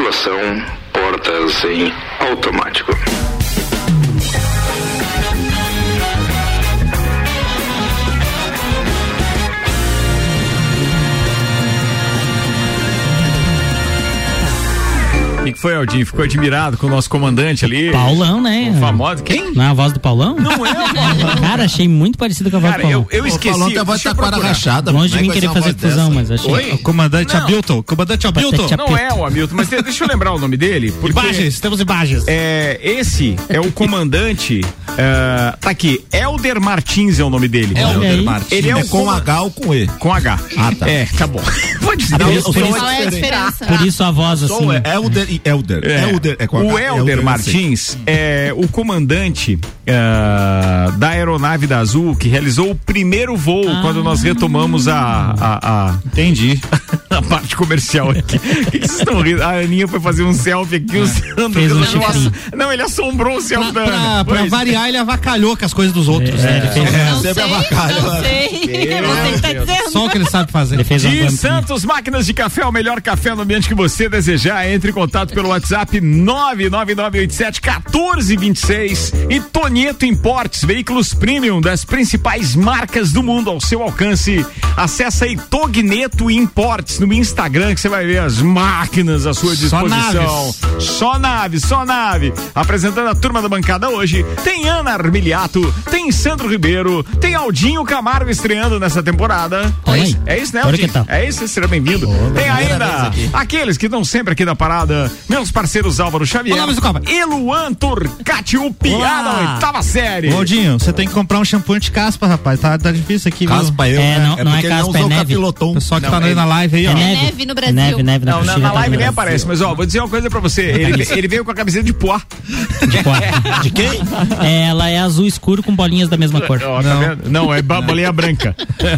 Tripulação, portas em automático. O que foi, Aldinho? Ficou admirado com o nosso comandante ali? Paulão, né? O famoso. Quem? Não é a voz do Paulão? Não é o Paulão. Cara, achei muito parecido com a voz do Paulão. Eu esqueci. O Paulão tem a voz taquara rachada. Longe de mim querer fazer fusão, mas achei. Oi? O comandante Hamilton. Comandante Hamilton. Não é o Hamilton, mas deixa eu lembrar o nome dele. Porque Imagens, temos imagens. Esse é o comandante. Tá aqui. Helder Martins é o nome dele. Helder Martins. Ele é com H ou com E? Com H. Ah, tá. Tá bom. Vou dizer. Qual é a diferença? Por isso a voz assim. Helder e Helder. Helder é com H. O Helder Martins é o comandante da aeronave da Azul que realizou o primeiro voo quando nós retomamos Entendi. a parte comercial aqui. O que vocês estão rindo? A Aninha foi fazer um selfie aqui, o Sandro fez um não, ele assombrou o selfie da Ana. Pra variar, ele avacalhou com as coisas dos outros. Ele fez Não sei. Você que tá dizendo. Só o que ele sabe fazer. Ele fez De Santos Máquinas de Café, o melhor café no ambiente que você desejar. Entre em contato pelo WhatsApp 99987-1426 e Tonieto Importes, veículos premium das principais marcas do mundo ao seu alcance. Acesse aí Togneto Importes no Instagram que você vai ver as máquinas à sua disposição. Só nave. Apresentando a turma da bancada hoje, tem Ana Armiliato, tem Sandro Ribeiro, tem Aldinho Camargo estreando nessa temporada. Oi. É isso, né, Ora Aldinho? que tal? É isso, seja bem-vindo. Tem ainda aqueles que estão sempre aqui na parada, meus parceiros Álvaro Xavier. Olá, Luiz Copa. E Luan Turcati, o piá da oitava série. Aldinho, você tem que comprar um shampoo anti-caspa, rapaz. Tá difícil aqui, viu? Caspa eu, não é porque ele caspa, não usou é neve. capilotom. O pessoal que tá na live aí, ó. É neve no Brasil. Neve Não, na na live nem aparece, mas ó, vou dizer uma coisa pra você. Ele veio com a camiseta de poá. De quem? Ela é azul escuro com bolinhas da mesma cor. Ó, tá vendo? Não, é bolinha branca.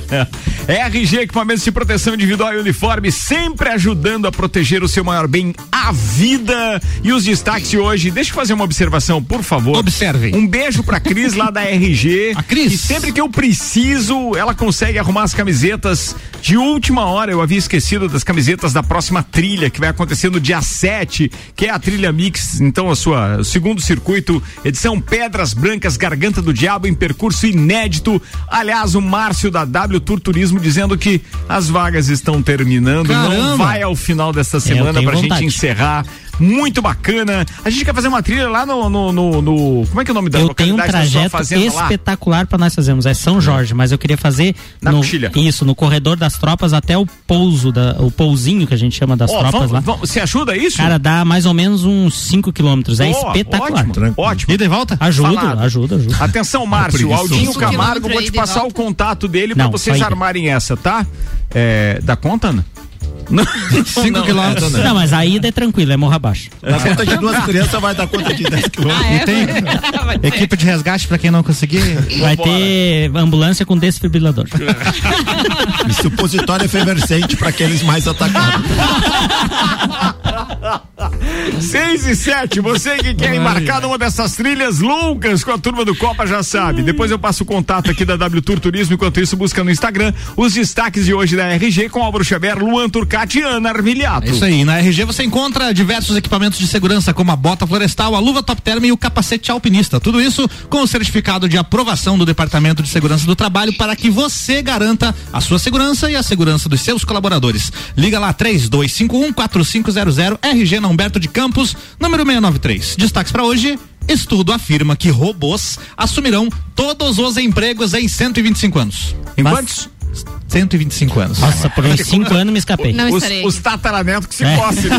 RG, equipamentos de proteção individual e uniforme, sempre ajudando a proteger o seu maior bem, a vida. E os destaques de hoje, deixa eu fazer uma observação, por favor. Observe. Um beijo pra Cris lá da RG. A Cris. E sempre que eu preciso, ela consegue arrumar as camisetas de última hora. Eu havia esquecido das camisetas da próxima trilha, que vai acontecer no dia 7, que é a Trilha Mix. Então, o segundo circuito, edição Pedras Brancas, Garganta do Diabo, em percurso inédito. Aliás, o Márcio da W Tour Turismo dizendo que as vagas estão terminando. Caramba. Não vai ao final desta semana pra vontade. gente encerrar. Muito bacana. A gente quer fazer uma trilha lá no como é que é o nome da Eu tenho um localidade? trajeto espetacular para nós fazermos. É São Jorge, mas eu queria fazer Na Coxilha. Isso, no corredor das tropas até o o pousinho que a gente chama das tropas lá. Você ajuda isso? Cara, dá mais ou menos uns 5 quilômetros. É espetacular. Ótimo. Ida e volta? Ajuda. Atenção, Márcio. Aldinho 5 Camargo, vou te quilômetros passar aí o de volta. contato dele pra Não, vocês só ida. armarem essa, tá? Dá conta, Ana? 5 quilômetros. Não, mas a ida é tranquilo, é morro abaixo. Na conta de 2 crianças vai dar conta de 10 quilômetros. E tem equipe de resgate pra quem não conseguir. Vai ter ambulância com desfibrilador. E supositório efervescente pra aqueles mais atacados. 6:07, você que quer embarcar numa dessas trilhas loucas com a turma do Copa já sabe. Depois eu passo o contato aqui da W Tour Turismo, enquanto isso busca no Instagram os destaques de hoje da RG com Álvaro Xavier, Luan Turcati e Ana Armiliato. É isso aí, na RG você encontra diversos equipamentos de segurança como a bota florestal, a luva top term e o capacete alpinista. Tudo isso com o certificado de aprovação do Departamento de Segurança do Trabalho para que você garanta a sua segurança e a segurança dos seus colaboradores. Liga lá 3251-4500 RG na Humberto de Campos, número 693. Destaques para hoje. Estudo afirma que robôs assumirão todos os empregos em 125 anos. Em quantos? 125 anos. Nossa, por uns 5 anos me escapei. Não estarei. Os tataranetos que se possam.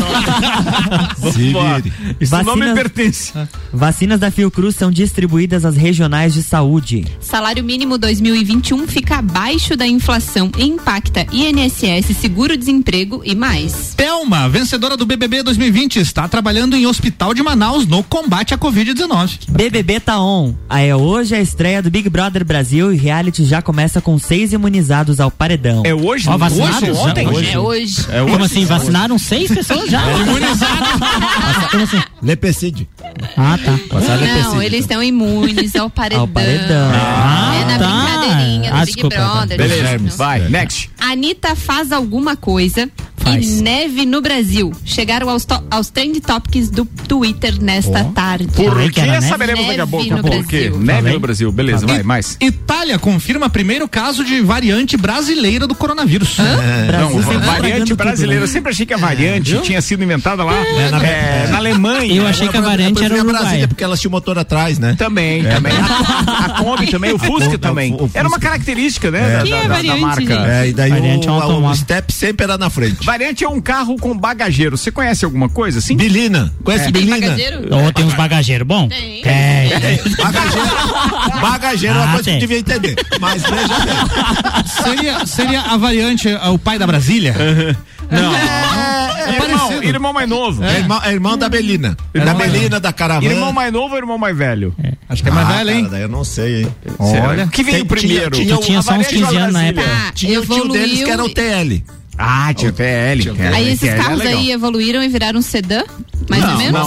Isso não me pertence. Vacinas da Fiocruz são distribuídas às regionais de saúde. Salário mínimo 2021 fica abaixo da inflação e impacta INSS, seguro-desemprego e mais. Thelma, vencedora do BBB 2020, está trabalhando em Hospital de Manaus no combate à Covid-19. BBB tá on. Hoje é a estreia do Big Brother Brasil e reality já começa com 6 imunizados ao paredão. É hoje? Ó, vacinados? Ontem? É hoje. Como assim? Vacinaram 6 pessoas já? Como assim? Lepecide. Ah, tá. Não, eles estão imunes ao paredão. Ao paredão. É na brincadeirinha do Big desculpa, Brother. Beleza, Não. vai, next. Anitta faz alguma coisa, Faz. e neve no Brasil chegaram aos Trend Topics do Twitter nesta tarde. Por Falei que que era neve? saberemos daqui a pouco? Neve no Por quê? Brasil. Neve Falei. no Brasil, beleza, vai, mais. Itália confirma primeiro caso de variante brasileira do coronavírus. Não, sempre variante estragando tudo, brasileira. né? Eu sempre achei que a variante tinha sido inventada lá na Alemanha. Eu achei que a variante era Brasília, uruguaia. porque elas tinham motor atrás, né? Também. A Kombi também, o Fusca também. o Fusca. Era uma característica, né? Que é variante, marca. gente? E daí Variante é um o automóvel. step sempre era na frente. Variante é um carro com bagageiro. Você conhece alguma coisa assim? Bilina. Conhece Tem Bilina? bagageiro? Ou tem uns bagageiros bom? Tem. Bagageiro é uma coisa tem. que devia entender. Mas veja bem. Seria a variante o pai da Brasília? Não. parecido. Irmão mais novo. É irmão da Belina. Da Belina, da caravana. Irmão mais novo ou irmão mais velho? Acho que é mais velho, hein? Cara, daí eu não sei, hein? Olha. Que veio Tem- primeiro? tinha- Tu tinha a só uns variante ou a 15 anos na Brasília? época. Tinha o tio deles que era o TL. Ah, tinha TL. Aí esses carros aí evoluíram e viraram sedã, mais ou menos?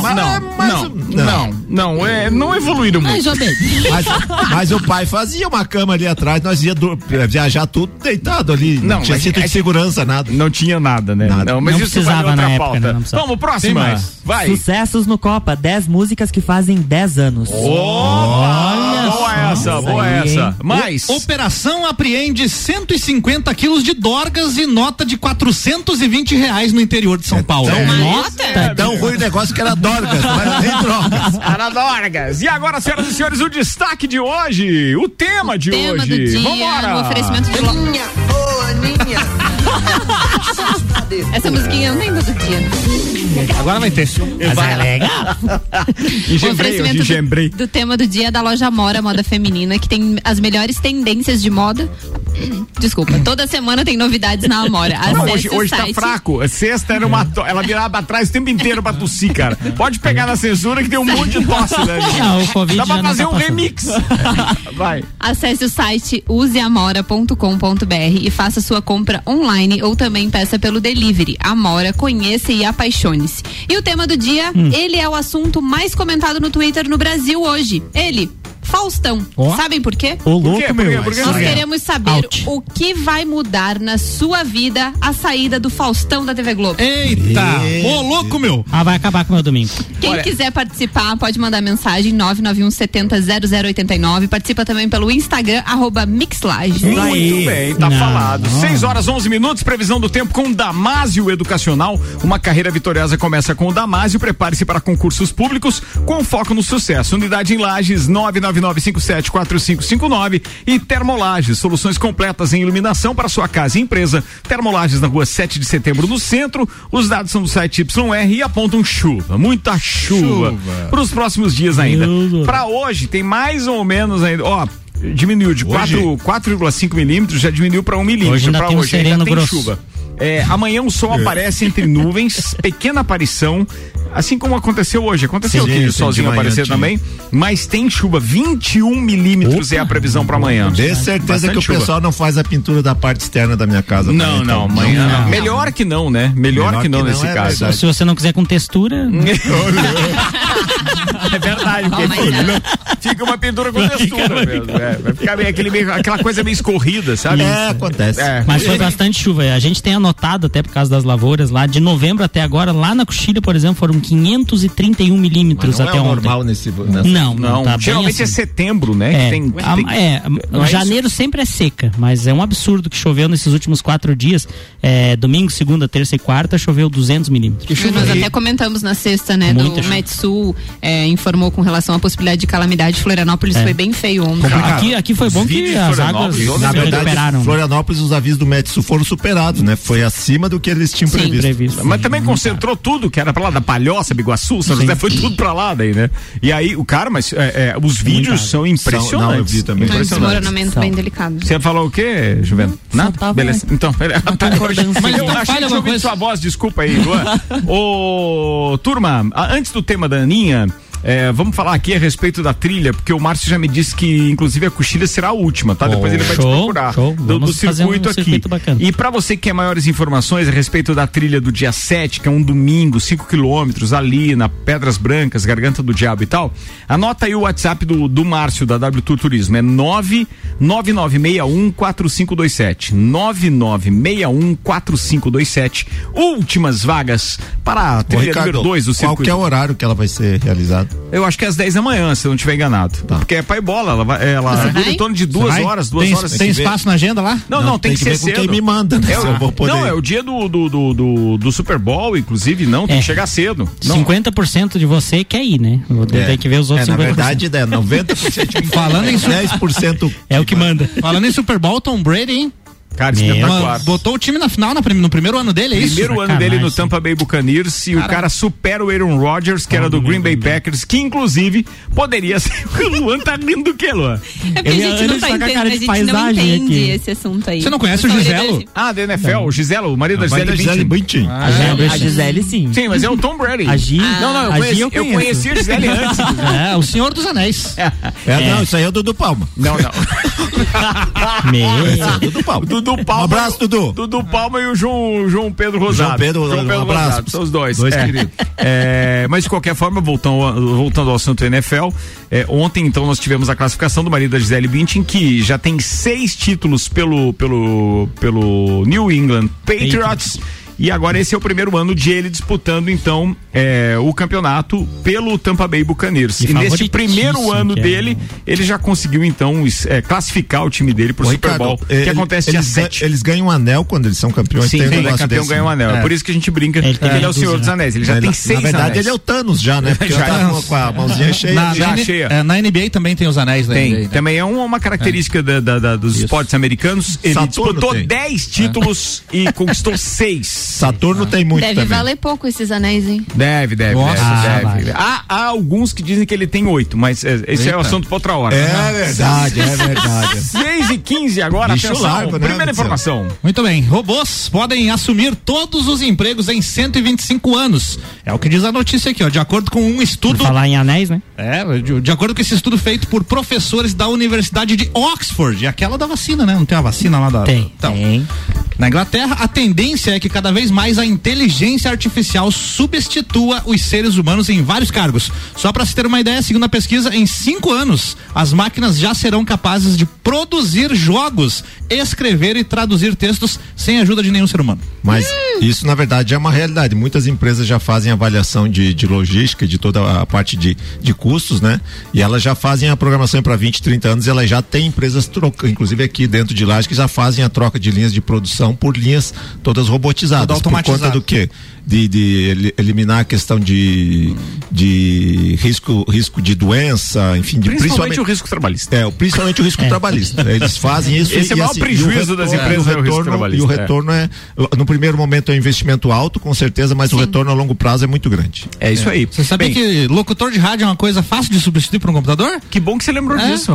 Não evoluíram Ai, muito. Jobê. Mas o pai fazia uma cama ali atrás, nós ia viajar tudo deitado ali. Não tinha mas cinto é de segurança, nada. Não tinha nada, né? Nada. Não, mas Não isso precisava vale outra na época, pauta. né? Não precisava. Vamos, próxima. Tem mais. Vai. Sucessos no Copa, 10 músicas que fazem 10 anos. Olha boa essa, boa aí, essa. hein? Mais. Operação apreende 150 quilos de dorgas e nota de R$420 no interior de São Paulo. Nota? É tão ruim o negócio que era dorgas, não era nem drogas. Ana Dorgas. E agora, senhoras e senhores, o destaque de hoje, o tema de Tema hoje. do dia, Vambora. no oferecimento de Essa musiquinha não tem todo dia. Agora vai ter. Mas é legal. O oferecimento Engembrei. do tema do dia da loja Amora Moda Feminina, que tem as melhores tendências de moda. Desculpa, toda semana tem novidades na Amora. Não, Acesse o hoje tá site. fraco. Sexta era ela virava pra trás o tempo inteiro pra tossir, cara. Pode pegar na censura que tem um monte de tosse, né? Não, o Covid Dá pra já não fazer tá um passando. remix. Vai. Acesse o site useamora.com.br e faça sua compra online ou também peça pelo delivery. Amora, conheça e apaixone-se. E o tema do dia, ele é o assunto mais comentado no Twitter no Brasil hoje. Ele, Faustão. Ó. Sabem por quê? Ô, louco, quê? meu. Por quê? Nós queremos saber Out. o que vai mudar na sua vida a saída do Faustão da TV Globo. Eita! Ô, louco, meu! Ah, vai acabar com o meu domingo. Quem quiser participar, pode mandar mensagem 991 70 0089. Participa também pelo Instagram, @mixlage. Muito bem, tá Não. falado. 6h11, previsão do tempo com Damásio Educacional. Uma carreira vitoriosa começa com o Damásio. Prepare-se para concursos públicos com foco no sucesso. Unidade em Lages, 999574559 e Termolages, soluções completas em iluminação para sua casa e empresa. Termolages na rua 7 de setembro, no centro. Os dados são do site YR e apontam chuva, muita chuva para os próximos dias ainda. Para hoje tem mais ou menos ainda, ó, diminuiu de 4,5 milímetros, já diminuiu para 1 milímetro. Hoje ainda Pra tem um hoje ainda sereno tem grosso. chuva. Amanhã o sol aparece entre nuvens, pequena aparição, assim como aconteceu hoje. Aconteceu Sim, aqui, o sim, solzinho de manhã aparecer tinha. também, mas tem chuva, 21 milímetros é a previsão para amanhã. Dê certeza Bastante que o chuva. pessoal não faz a pintura da parte externa da minha casa. Não, amanhã, não, então. amanhã Não. melhor que não, né? Melhor que não nesse é caso. verdade. Se você não quiser com textura, É verdade, porque fica uma pintura com textura mesmo. Vai ficar aquela coisa meio escorrida, sabe? Acontece. mas foi bastante chuva. A gente tem anotado até por causa das lavouras lá, de novembro até agora, lá na Coxilha, por exemplo, foram 531 milímetros Não até é ontem. normal nessa... Não, tá bem geralmente é assim. setembro, né? que não é janeiro sempre é seca, mas é um absurdo que choveu nesses últimos 4 dias. Domingo, segunda, terça e quarta, choveu 200 milímetros. Nós até comentamos na sexta, né? Muita Do chuva. Metsul informou com relação à possibilidade de calamidade. Florianópolis foi bem feio ontem. Aqui foi bom Os vídeos que de as águas Florianópolis, Na se verdade, recuperaram. Florianópolis, os avisos do Metsu foram superados, né? Foi acima do que eles tinham Sim. previsto. Mas também concentrou tudo, que era pra lá da Palhoça, Biguaçu, São José, foi tudo pra lá daí, né? E aí, os vídeos são impressionantes. Não, eu vi também. Um Impressionantes. desmoronamento bem delicado. Você falou o quê, Juventus? Nada? tava Beleza. Então, concordância. mas eu Então achei fale que alguma ouvi coisa. sua voz, desculpa aí, Luan. Ô, turma, antes do tema da Aninha, vamos falar aqui a respeito da trilha, porque o Márcio já me disse que, inclusive, a Coxilha será a última, tá? Depois ele vai te procurar do circuito aqui. Bacana. E pra você que quer maiores informações a respeito da trilha do dia 7, que é um domingo, 5 quilômetros, ali na Pedras Brancas, Garganta do Diabo e tal, anota aí o WhatsApp do Márcio, da W Tour Turismo, é 999614527, 99614527, últimas vagas para a trilha número 2 do circuito. Qual que é o horário que ela vai ser realizada? Eu acho que é às 10 da manhã, se eu não estiver enganado. Tá. Porque é pai bola, ela dura em torno de 2 horas, 2 horas. Tem espaço na agenda lá? Não, tem que ser cedo. Quem me manda, né? Eu vou poder. Não, é o dia do Super Bowl, inclusive, tem que chegar cedo. 50% de você quer ir, né? Tem que ver os outros 50%. Na verdade, 90% falando em 10% é o que manda. Falando em Super Bowl, Tom Brady, hein? Cara, espetacular. Botou o time na final no primeiro ano dele, é isso? Primeiro ano dele no Tampa Bay Buccaneers, e o cara supera o Aaron Rodgers, que era do Green Bay Packers, que inclusive poderia ser. O Luan tá rindo do que, Luan? É porque a gente não tá entendendo, a gente não entende esse assunto aí. Você não conhece o Giselo? Ah, da NFL, o Giselo, o marido da Gisele Bündchen. A Gisele, sim. Sim, mas é o Tom Brady. A Gi? Não, eu conheci a Gisele antes. O Senhor dos Anéis. Não, isso aí é o Dudu Palma. Não. Dudu Palma. Dudu Palma. Um abraço, Dudu. Dudu Palma e o João Pedro Rosado. Um abraço. Rosado, são os dois. Queridos. Mas de qualquer forma, voltando ao assunto NFL, ontem então nós tivemos a classificação do marido da Gisele Bündchen, que já tem 6 títulos pelo New England Patriots. E agora esse é o primeiro ano de ele disputando, então, o campeonato pelo Tampa Bay Buccaneers. E nesse primeiro ano dele, ele já conseguiu, então, classificar o time dele pro Super Bowl, que acontece dia 7. Eles ganham um anel quando eles são campeões. Sim, quando é campeão ganha um anel. É por isso que a gente brinca que ele é o Senhor dos Anéis. Ele já tem 6 anéis. Na verdade, ele é o Thanos já, né? Porque já tá com a mãozinha cheia. Na NBA também tem os anéis. Tem. Também é uma característica dos esportes americanos. Ele disputou 10 títulos e conquistou 6. Saturno tem muito também. Deve valer pouco esses anéis, hein? Deve. Há alguns que dizem que ele tem 8, mas esse é o assunto pra outra hora. É verdade. 6h15 agora, atenção, largo, né, primeira informação. Muito bem, robôs podem assumir todos os empregos em 125 anos. É o que diz a notícia aqui, ó, de acordo com um estudo... Vou falar em anéis, né? De acordo com esse estudo feito por professores da Universidade de Oxford, aquela da vacina, né? Não tem a vacina lá da... Tem. Na Inglaterra, a tendência é que cada vez mais a inteligência artificial substitua os seres humanos em vários cargos. Só para se ter uma ideia, segundo a pesquisa, em 5 anos, as máquinas já serão capazes de produzir jogos, escrever e traduzir textos sem a ajuda de nenhum ser humano. Mas isso, na verdade, é uma realidade. Muitas empresas já fazem avaliação de logística, de toda a parte de custos, né? E elas já fazem a programação para 20, 30 anos, e elas já têm empresas inclusive aqui dentro de Laje, que já fazem a troca de linhas de produção por linhas todas robotizadas. Por conta do quê? De eliminar a questão de risco de doença, enfim, principalmente o risco trabalhista. Principalmente o risco trabalhista. Eles fazem isso. Esse é o maior prejuízo das empresas, é o risco trabalhista. E o retorno no primeiro momento é um investimento alto, com certeza, mas o retorno a longo prazo é muito grande. É isso aí. Você sabia que locutor de rádio é uma coisa fácil de substituir por um computador? Que bom que você lembrou disso.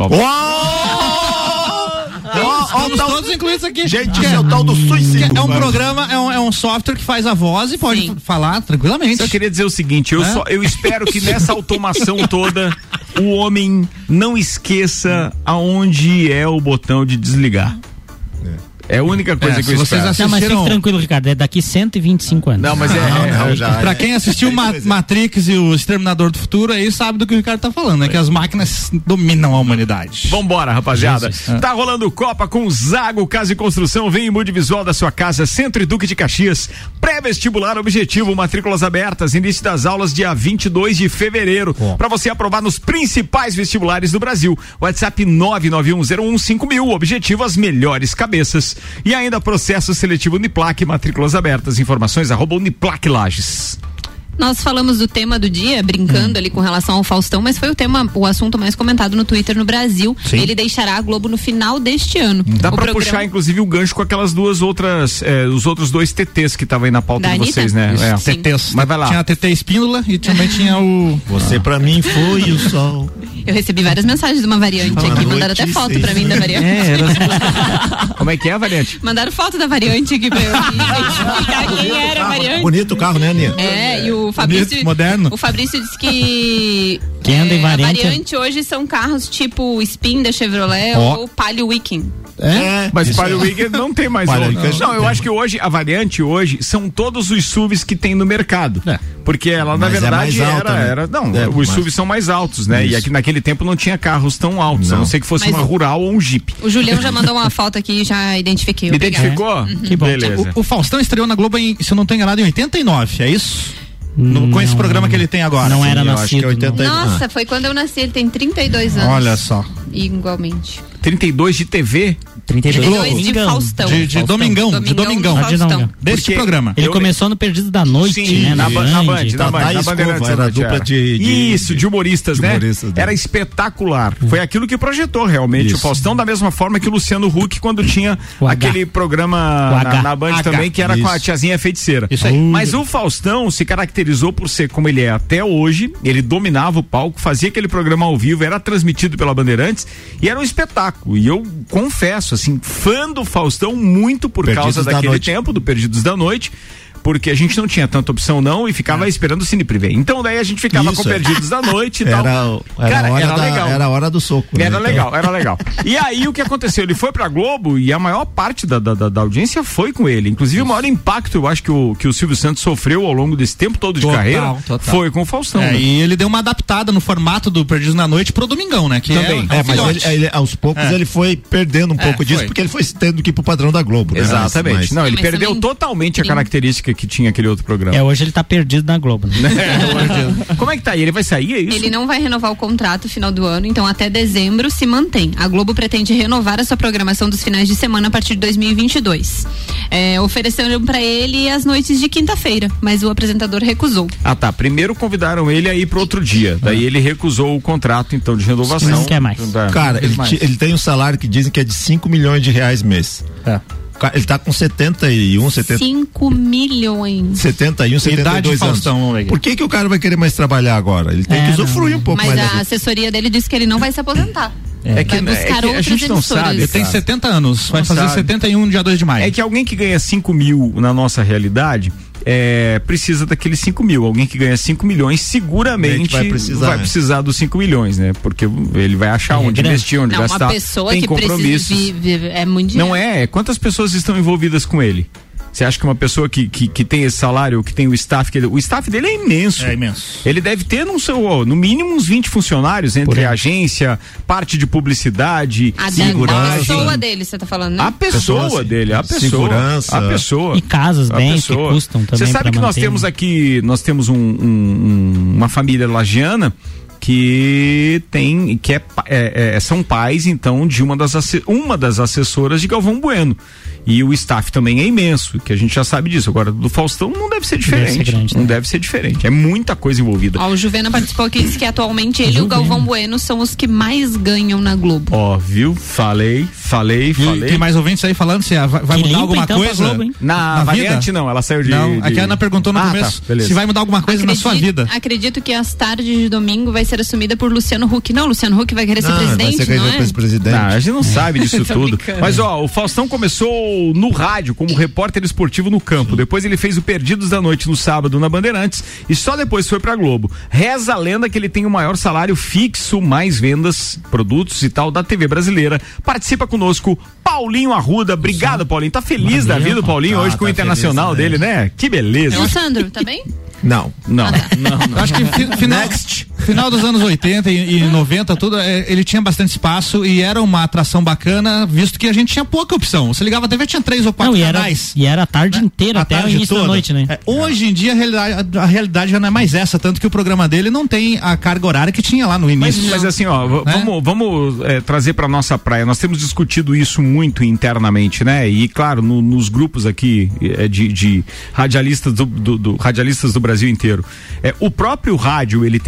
Estamos todos incluídos aqui. Gente, esse é o tal do suicídio. É um programa, é um software que faz a voz e pode falar tranquilamente. Eu queria dizer o seguinte, eu espero que nessa automação toda o homem não esqueça aonde é o botão de desligar. É a única coisa que eu espero. Não, mas fique tranquilo, Ricardo, é daqui 125 anos. Não, mas pra quem assistiu Matrix e o Exterminador do Futuro aí sabe do que o Ricardo tá falando, né? Que as máquinas dominam a humanidade. Vambora, rapaziada. Tá rolando Copa com Zago Casa e Construção. Vem em mude visual da sua casa, Centro e Duque de Caxias. Pré-vestibular objetivo, matrículas abertas, início das aulas dia 22 de fevereiro. Pra você aprovar nos principais vestibulares do Brasil. WhatsApp 991015000. Objetivo, as melhores cabeças. E ainda processo seletivo Uniplac, matrículas abertas, informações @Uniplac Lages. Nós falamos do tema do dia, brincando ali com relação ao Faustão, mas foi o assunto mais comentado no Twitter no Brasil. Sim. Ele deixará a Globo no final deste ano. Dá pra puxar, inclusive, o gancho com aquelas duas outras, os outros 2 TTs que estavam aí na pauta de vocês, né? TTs. Mas vai lá. Tinha a TT Espíndola e também tinha o... Você pra mim foi o sol. Eu recebi várias mensagens de uma variante aqui, mandaram até foto pra mim da variante. Como é que é a variante? Mandaram foto da variante aqui pra eu identificar quem era a variante. Bonito o carro, né, Aninha? E o Fabrício. Moderno. O Fabrício disse que. Quem anda em a variante. variante hoje são carros tipo Spin da Chevrolet ou Palio Weekend. Mas Palio Weekend não tem mais outro. Não, eu acho que hoje, a variante hoje, são todos os SUVs que tem no mercado. Porque ela, na verdade, era. Não, os SUVs são mais altos, né? Isso. E aqui naquele tempo não tinha carros tão altos, a não ser que fosse Mas uma rural ou um Jeep. O Julião já mandou uma foto aqui, já identifiquei. Me identificou? Que bom. Beleza. O Faustão estreou na Globo, se eu não estou enganado, em 89, é isso? Com esse programa que ele tem agora. Não era eu acho que é nascido. 80. Nossa, foi quando eu nasci, ele tem 32 anos. Olha só. Igualmente. 32 de TV? 32 de Faustão. De Domingão. do Faustão. Deste Porque programa. Ele começou no Perdido da Noite, Sim, né? na Band, Band. na Bandeirantes. Era a dupla de humoristas, né? Era espetacular. Foi aquilo que projetou realmente o Faustão, da mesma forma que o Luciano Huck, quando tinha aquele programa na Band também, que era com a tiazinha feiticeira. Isso aí. Mas o Faustão se caracterizou por ser como ele é até hoje. Ele dominava o palco, fazia aquele programa ao vivo, era transmitido pela Bandeirantes e era um espetáculo. E eu confesso, assim, fã do Faustão muito por causa daquele tempo, do Perdidos da Noite. Porque a gente não tinha tanta opção não e ficava esperando o Cine Privé. Então daí a gente ficava com Perdidos da Noite e tal. Era legal. Era a hora do soco. Era né? legal, era legal. E aí o que aconteceu? Ele foi pra Globo e a maior parte da audiência foi com ele. Inclusive o maior impacto, eu acho que o Silvio Santos sofreu ao longo desse tempo todo de carreira, foi com o Faustão. Né? E ele deu uma adaptada no formato do Perdidos na Noite pro Domingão, né? Que também. Mas ele, aos poucos ele foi perdendo um pouco disso, porque ele foi tendo que ir pro padrão da Globo. Né? Exatamente. Não, ele Mas perdeu também totalmente a característica que tinha aquele outro programa. Hoje ele tá perdido na Globo. Né? Como é que tá aí? Ele vai sair, é isso? Ele não vai renovar o contrato no final do ano, então até dezembro se mantém. A Globo pretende renovar a sua programação dos finais de semana a partir de 2022. Ofereceram pra ele as noites de quinta-feira, mas o apresentador recusou. Ah, tá. Primeiro convidaram ele a ir pro outro dia. Daí ele recusou o contrato, então, de renovação. Não quer mais. Cara, ele tem um salário que dizem que é de 5 milhões de reais mês. Ele tá com 5 milhões. 71, 72 Faustão, anos. Por que o cara vai querer mais trabalhar agora? Ele tem que usufruir um pouco mas mais. Mas a assessoria dele disse que ele não vai se aposentar. Vai buscar outras a gente não sabe. Ele tem 70 anos, vai fazer 71 dia 2 de maio. É que alguém que ganha 5 mil na nossa realidade precisa daqueles 5 mil. Alguém que ganha 5 milhões seguramente vai precisar dos 5 milhões, né? Porque ele vai achar onde investir, onde gastar. Uma pessoa tem que compromissos. é muito dinheiro. Não é? Quantas pessoas estão envolvidas com ele? Você acha que uma pessoa que tem esse salário, que tem o staff, o staff dele é imenso. É imenso. Ele deve ter no mínimo uns 20 funcionários, entre agência, parte de publicidade, segurança. A pessoa dele, você tá falando, né? A pessoa dele, a pessoa. Segurança. A pessoa. E casas, bens que custam também. Você sabe que nós temos aqui, uma família lagiana que são pais, então, de uma das assessoras de Galvão Bueno. E o staff também é imenso, que a gente já sabe disso. Agora, do Faustão não deve ser diferente. Não deve ser diferente. É muita coisa envolvida. O Juvena participou aqui e disse que atualmente ele e o Galvão Bueno são os que mais ganham na Globo. Viu? Falei. Tem mais ouvintes aí falando se vai mudar alguma coisa? Globo, na variante vida? Não, ela saiu de... Não, aqui a Ana perguntou no começo se vai mudar alguma coisa na sua vida. Acredito que as tardes de domingo vai ser assumida por Luciano Huck. Não, Luciano Huck vai querer ser presidente, vai ser presidente. A gente não sabe disso tudo. Mas o Faustão começou no rádio como repórter esportivo no campo. Depois ele fez o Perdidos da Noite no sábado na Bandeirantes e só depois foi pra Globo. Reza a lenda que ele tem o maior salário fixo, mais vendas, produtos e tal da TV brasileira. Participa conosco Paulinho Arruda. Obrigado, Paulinho. Tá feliz da vida o Paulinho hoje com o Internacional dele, né? Que beleza. E o Sandro, tá bem? Não. Acho que final dos anos 80 e 90, tudo, ele tinha bastante espaço e era uma atração bacana, visto que a gente tinha pouca opção. Você ligava a TV, tinha 3 ou 4 canais. E era a tarde inteira, até o início da noite, né? Hoje em dia a realidade já não é mais essa, tanto que o programa dele não tem a carga horária que tinha lá no início. Mas assim, vamos trazer pra nossa praia. Nós temos discutido isso muito internamente, né? E claro, nos grupos aqui de radialistas radialistas do Brasil inteiro. O próprio rádio, ele tem que mudar.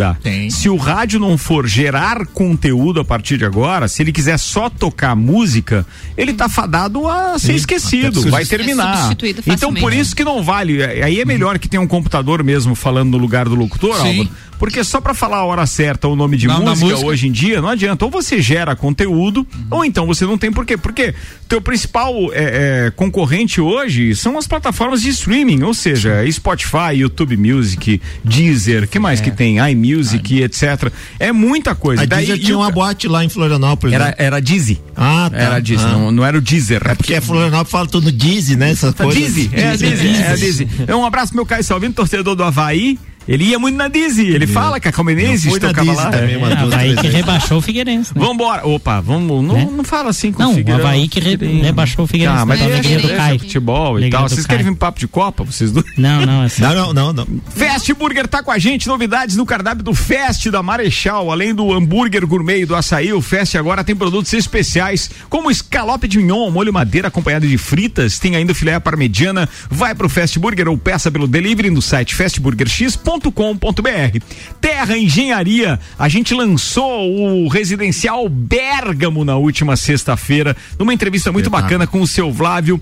mudar. Tem. Se o rádio não for gerar conteúdo a partir de agora, se ele quiser só tocar música, ele tá fadado a ser esquecido, vai terminar. Substituído Então por isso que não vale. Aí é melhor que tenha um computador mesmo falando no lugar do locutor, Sim. Álvaro. Porque só pra falar a hora certa o nome de Não, música hoje em dia, não adianta. Ou você gera conteúdo, ou então você não tem por quê. Porque teu principal concorrente hoje são as plataformas de streaming, ou seja, Spotify, YouTube Music, Deezer, que mais que tem? iMusic, etc. É muita coisa. A Deezer tinha uma boate lá em Florianópolis. Era Deezy. Ah, tá. Era Deezy, não era o Deezer. É porque Florianópolis fala tudo Deezy, né? Essas coisas. Deezy, Deezy. Um abraço pro meu Caio Salvino, torcedor do Avaí. Ele ia muito na Deezy. Ele fala que a Calmenense tocava lá. Também, Havaí que rebaixou o Figueirense. Né? Vambora. Opa, vamos. Não fala assim com o Figueirense. Não, o Havaí que rebaixou o Figueirense. Ah, mas na alegria do Caio. Futebol e tal. Vocês querem vir papo de Copa? Vocês dois? Não. É não. Fast Burger tá com a gente. Novidades no cardápio do Fast da Marechal. Além do hambúrguer gourmet e do açaí, o Fast agora tem produtos especiais, como escalope de mignon, molho madeira acompanhado de fritas. Tem ainda o filé à parmegiana. Vai pro Fast Burger ou peça pelo delivery no site fastburgerx.com.br. Terra Engenharia, a gente lançou o residencial Bérgamo na última sexta-feira, numa entrevista muito bacana com o seu Flávio,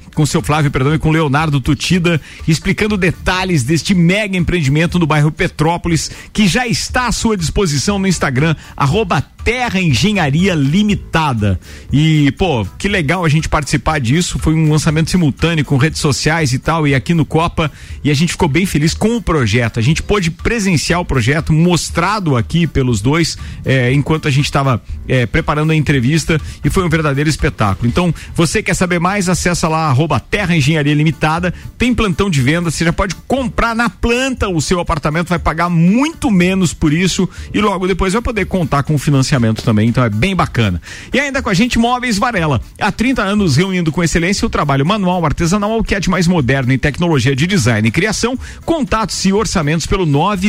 e com o Leonardo Tutida, explicando detalhes deste mega empreendimento no bairro Petrópolis, que já está à sua disposição no Instagram, @Terra Engenharia Limitada. E, que legal a gente participar disso, foi um lançamento simultâneo com redes sociais e tal, e aqui no Copa, e a gente ficou bem feliz com o projeto. A gente pôde presenciar o projeto mostrado aqui pelos dois enquanto a gente estava preparando a entrevista, e foi um verdadeiro espetáculo. Então, você quer saber mais? Acessa lá @Terra Engenharia Limitada, tem plantão de venda, você já pode comprar na planta o seu apartamento, vai pagar muito menos por isso e logo depois vai poder contar com o financiamento também, então é bem bacana. E ainda com a gente, Móveis Varela, há 30 anos reunindo com excelência o trabalho manual, artesanal, o que é de mais moderno em tecnologia de design e criação. Contatos e orçamentos pelo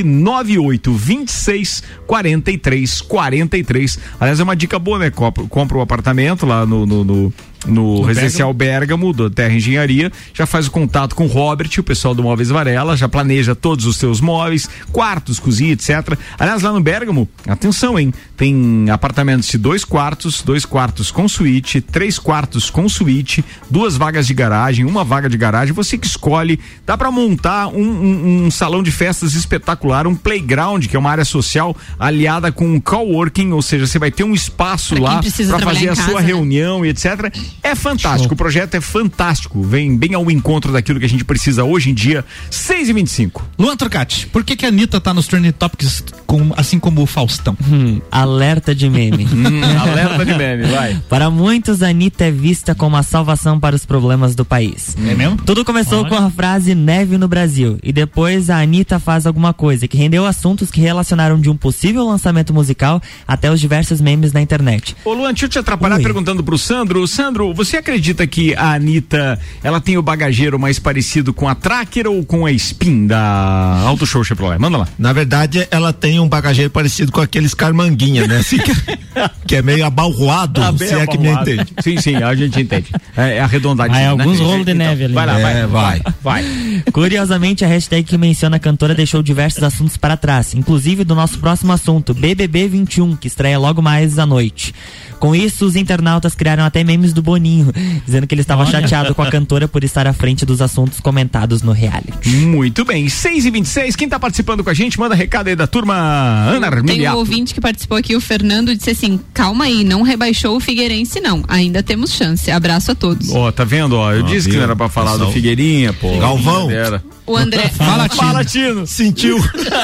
998-26-43-43. Aliás, é uma dica boa, né? Compra um apartamento lá no residencial Bérgamo, da Terra Engenharia, já faz o contato com o Robert, o pessoal do Móveis Varela, já planeja todos os seus móveis, quartos, cozinha, etc. Aliás, lá no Bérgamo, atenção, hein? Tem apartamentos de 2 quartos com suíte, 3 quartos com suíte, 2 vagas de garagem, 1 vaga de garagem, você que escolhe. Dá pra montar um salão de festas espetacular, um playground, que é uma área social aliada com um coworking, ou seja, você vai ter um espaço lá pra fazer a sua reunião e etc. É fantástico, show. O projeto é fantástico, vem bem ao encontro daquilo que a gente precisa hoje em dia. 6h25. Luan Turcati, por que a Anitta tá nos Trending Topics assim como o Faustão? Alerta de meme. Alerta de meme, vai. Para muitos, a Anitta é vista como a salvação para os problemas do país. É mesmo? Tudo começou com a frase neve no Brasil, e depois a Anitta faz alguma coisa que rendeu assuntos que relacionaram de um possível lançamento musical até os diversos memes na internet. Ô Luan, deixa eu te atrapalhar perguntando pro Sandro. Sandro, você acredita que a Anitta, ela tem o bagageiro mais parecido com a Tracker ou com a Spin da Auto Show Chevrolet? Manda lá. Na verdade, ela tem um bagageiro parecido com aqueles carmanguinha, né? Assim, que é meio abalroado, se é que me entende. Sim, a gente entende. É arredondadinho. Vai alguns rolos de neve ali. Vai lá, vai. Curiosamente, a hashtag que menciona a cantora deixou diversos assuntos para trás, inclusive do nosso próximo assunto, BBB 21, que estreia logo mais à noite. Com isso, os internautas criaram até memes do Boninho, dizendo que ele estava chateado com a cantora por estar à frente dos assuntos comentados no reality. Muito bem, 6h26, quem tá participando com a gente, manda recado aí da turma. Ana Armiliato. Tem um ouvinte que participou aqui, o Fernando, disse assim, calma aí, não rebaixou o Figueirense não, ainda temos chance, abraço a todos. Tá vendo, eu disse que não era pra falar do Figueirinha, pô. Galvão. O André... Fala, Tino. Sentiu.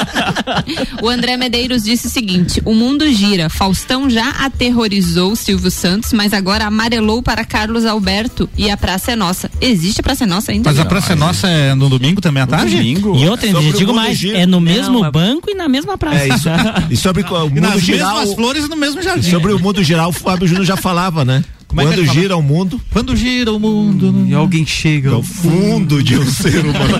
O André Medeiros disse o seguinte, o mundo gira, Faustão já aterrorizou Silvio Santos, mas agora amarelou para Carlos Alberto e a Praça é Nossa. Existe a Praça é Nossa ainda? Mas a Praça é Nossa é no domingo também à tarde? Domingo. E outra, eu digo mais, é no mesmo banco e na mesma praça. Isso. E sobre o mundo nas geral... mesmas flores no mesmo jardim. Sobre o mundo geral, o Fábio Júnior já falava, né? Quando gira o mundo. Quando gira o mundo. E alguém chega ao fundo de um ser humano.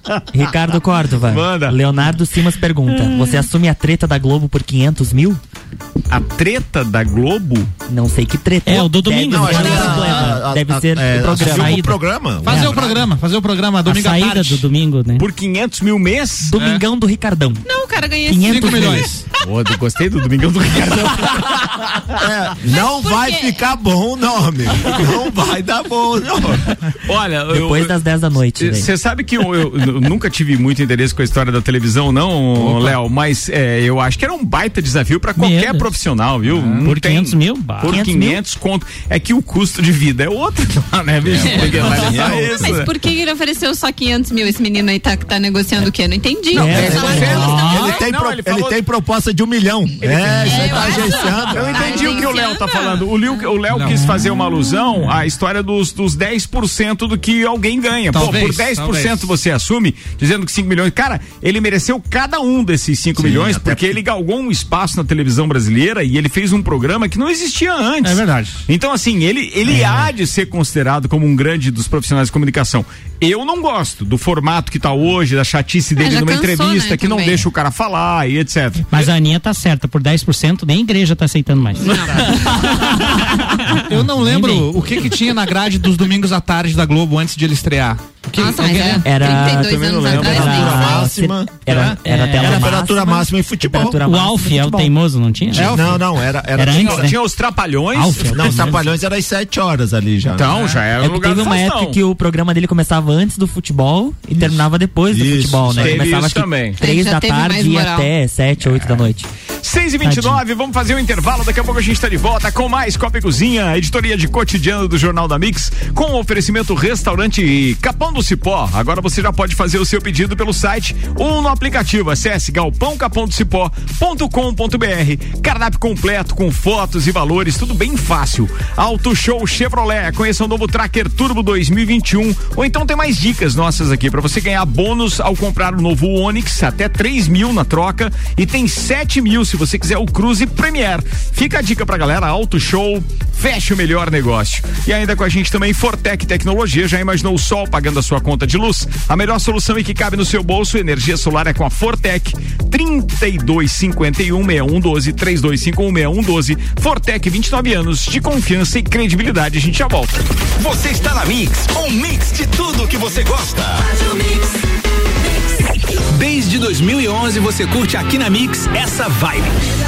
Ricardo Córdova. Manda. Leonardo Simas pergunta: você assume a treta da Globo por 500 mil? a treta da Globo. Não sei que treta. É, o do domingo. Deve ser o programa. Fazer o programa domingo a à saída tarde. do domingo, né? Por 500 mil mês. Domingão do Ricardão. Não, o cara ganha 500 milhões. Pô, eu gostei do Domingão do Ricardão. Não vai ficar bom o nome. Não vai dar bom o nome. Olha, depois das 10 da noite. Você sabe que eu nunca tive muito interesse com a história da televisão, não, Léo, mas eu acho que era um baita desafio pra qualquer profissional, viu? Por 500 mil? Por 500 conto. É que o custo de vida é outro, né, bicho? Mas por que ele ofereceu só 500 mil? Esse menino aí tá negociando o quê? Não entendi. Ele tem proposta de 1 milhão. Você tá agenciando. Eu entendi o que o Léo tá falando. O Léo quis fazer uma alusão à história dos 10% do que alguém ganha. Talvez, por 10% você assume, dizendo que 5 milhões. Cara, ele mereceu cada um desses 5 milhões, porque ele galgou um espaço na televisão brasileira e ele fez um programa que não existia antes. É verdade. Então, assim, ele há de ser considerado como um grande dos profissionais de comunicação. Eu não gosto do formato que tá hoje, da chatice dele numa entrevista, né, que não deixa o cara falar e etc. Mas a Aninha tá certa, por 10% nem a igreja tá aceitando mais. Eu não lembro o que tinha na grade dos domingos à tarde da Globo antes de ele estrear. Nossa, mas era 32 anos atrás. Era temperatura máxima em futebol. O Alf é o teimoso, não tinha? Não, era antes, né? Tinha os Trapalhões. Os Trapalhões era às 7 horas ali já. Então, já era um lugar teve uma época que o programa dele começava antes do futebol e terminava depois do futebol, né? Começava também. 3 da tarde e até 7, 8 da noite. 6h29, vamos fazer um intervalo, daqui a pouco a gente tá de volta com mais Copa e Cozinha, editoria de cotidiano do Jornal da Mix, com o oferecimento restaurante Capão do Cipó. Agora você já pode fazer o seu pedido pelo site ou no aplicativo. Acesse galpãocapondocipó.com.br. Cardápio completo com fotos e valores, tudo bem fácil. Auto Show Chevrolet, conheça o novo Tracker Turbo 2021, ou então tem mais dicas nossas aqui para você ganhar bônus ao comprar o novo Onix, até 3 mil na troca, e tem 7 mil se você quiser o Cruze Premier. Fica a dica pra galera, Auto Show, feche o melhor negócio. E ainda com a gente também Fortec Tecnologia. Já imaginou o sol pagando a sua conta de luz? A melhor solução e que cabe no seu bolso, energia solar, é com a Fortec. 3251-6112, 3251-6112. Fortec, 29 anos de confiança e credibilidade. A gente já volta. Você está na Mix, um mix de tudo que você gosta. Desde 2011 você curte aqui na Mix essa vibe.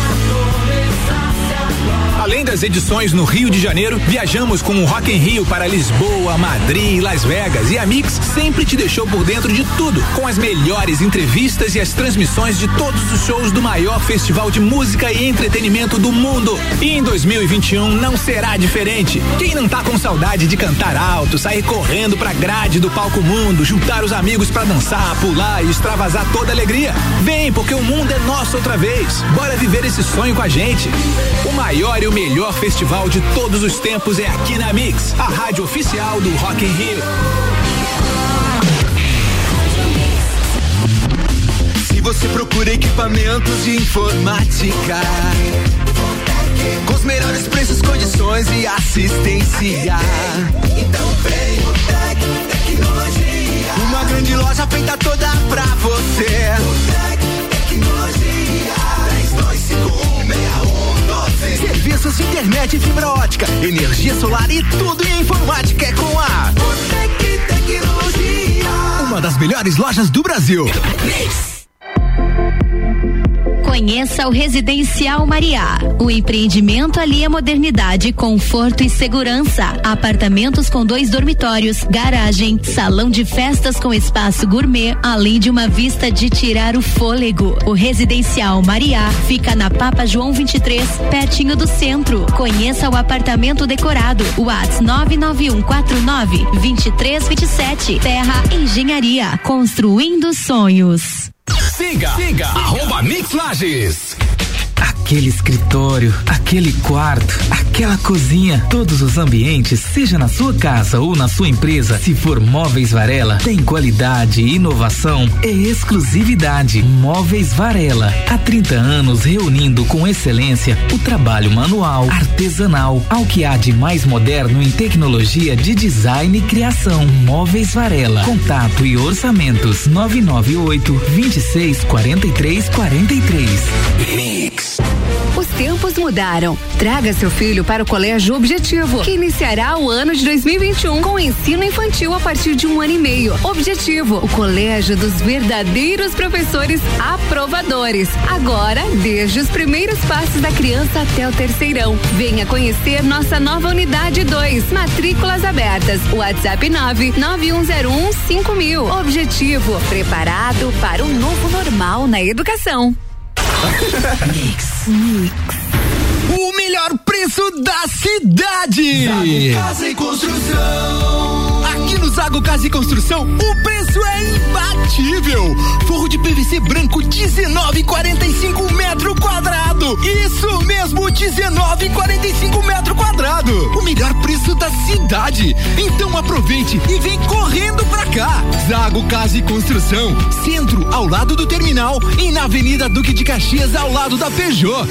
Além das edições no Rio de Janeiro, viajamos com o Rock in Rio para Lisboa, Madrid e Las Vegas, e a Mix sempre te deixou por dentro de tudo, com as melhores entrevistas e as transmissões de todos os shows do maior festival de música e entretenimento do mundo. E em 2021 não será diferente. Quem não tá com saudade de cantar alto, sair correndo pra grade do Palco Mundo, juntar os amigos pra dançar, pular e extravasar toda a alegria? Vem, porque o mundo é nosso outra vez. Bora viver esse sonho com a gente. O maior e o melhor festival de todos os tempos é aqui na Mix, a rádio oficial do Rock in Rio. Se você procura equipamentos de informática, com os melhores preços, condições e assistência, então vem o Tec Tecnologia, uma grande loja feita toda pra você. O Tec Tecnologia, 32516112. Serviços de internet e fibra ótica, energia solar e tudo em informática é com a Fortec Tecnologia, uma das melhores lojas do Brasil. Conheça o Residencial Mariá. O empreendimento alia modernidade, conforto e segurança. Apartamentos com 2 dormitórios, garagem, salão de festas com espaço gourmet, além de uma vista de tirar o fôlego. O Residencial Mariá fica na Papa João 23, pertinho do centro. Conheça o apartamento decorado. WhatsApp 99149-2327. Terra Engenharia, construindo sonhos. Siga @Mix Lages. Aquele escritório, aquele quarto, aquela cozinha, todos os ambientes, seja na sua casa ou na sua empresa, se for Móveis Varela, tem qualidade, inovação e exclusividade. Móveis Varela, há 30 anos reunindo com excelência o trabalho manual, artesanal, ao que há de mais moderno em tecnologia de design e criação. Móveis Varela, contato e orçamentos 998-264343. Mix. Os tempos mudaram. Traga seu filho para o Colégio Objetivo, que iniciará o ano de 2021 com ensino infantil a partir de 1 ano e meio. Objetivo, o colégio dos verdadeiros professores aprovadores. Agora, desde os primeiros passos da criança até o terceirão. Venha conhecer nossa nova unidade 2. Matrículas abertas. WhatsApp 991015000. Objetivo, preparado para um novo normal na educação. Mix. O melhor preço da cidade. Zago Casa e Construção. Aqui no Zago Casa e Construção, o preço é imbatível. Forro de PVC branco 19,45 metro quadrado. Isso mesmo, 19,45 metro quadrado. O melhor preço da cidade. Então aproveite e vem correndo pra cá. Zago Casa e Construção, centro ao lado do terminal e na Avenida Duque de Caxias ao lado da Peugeot.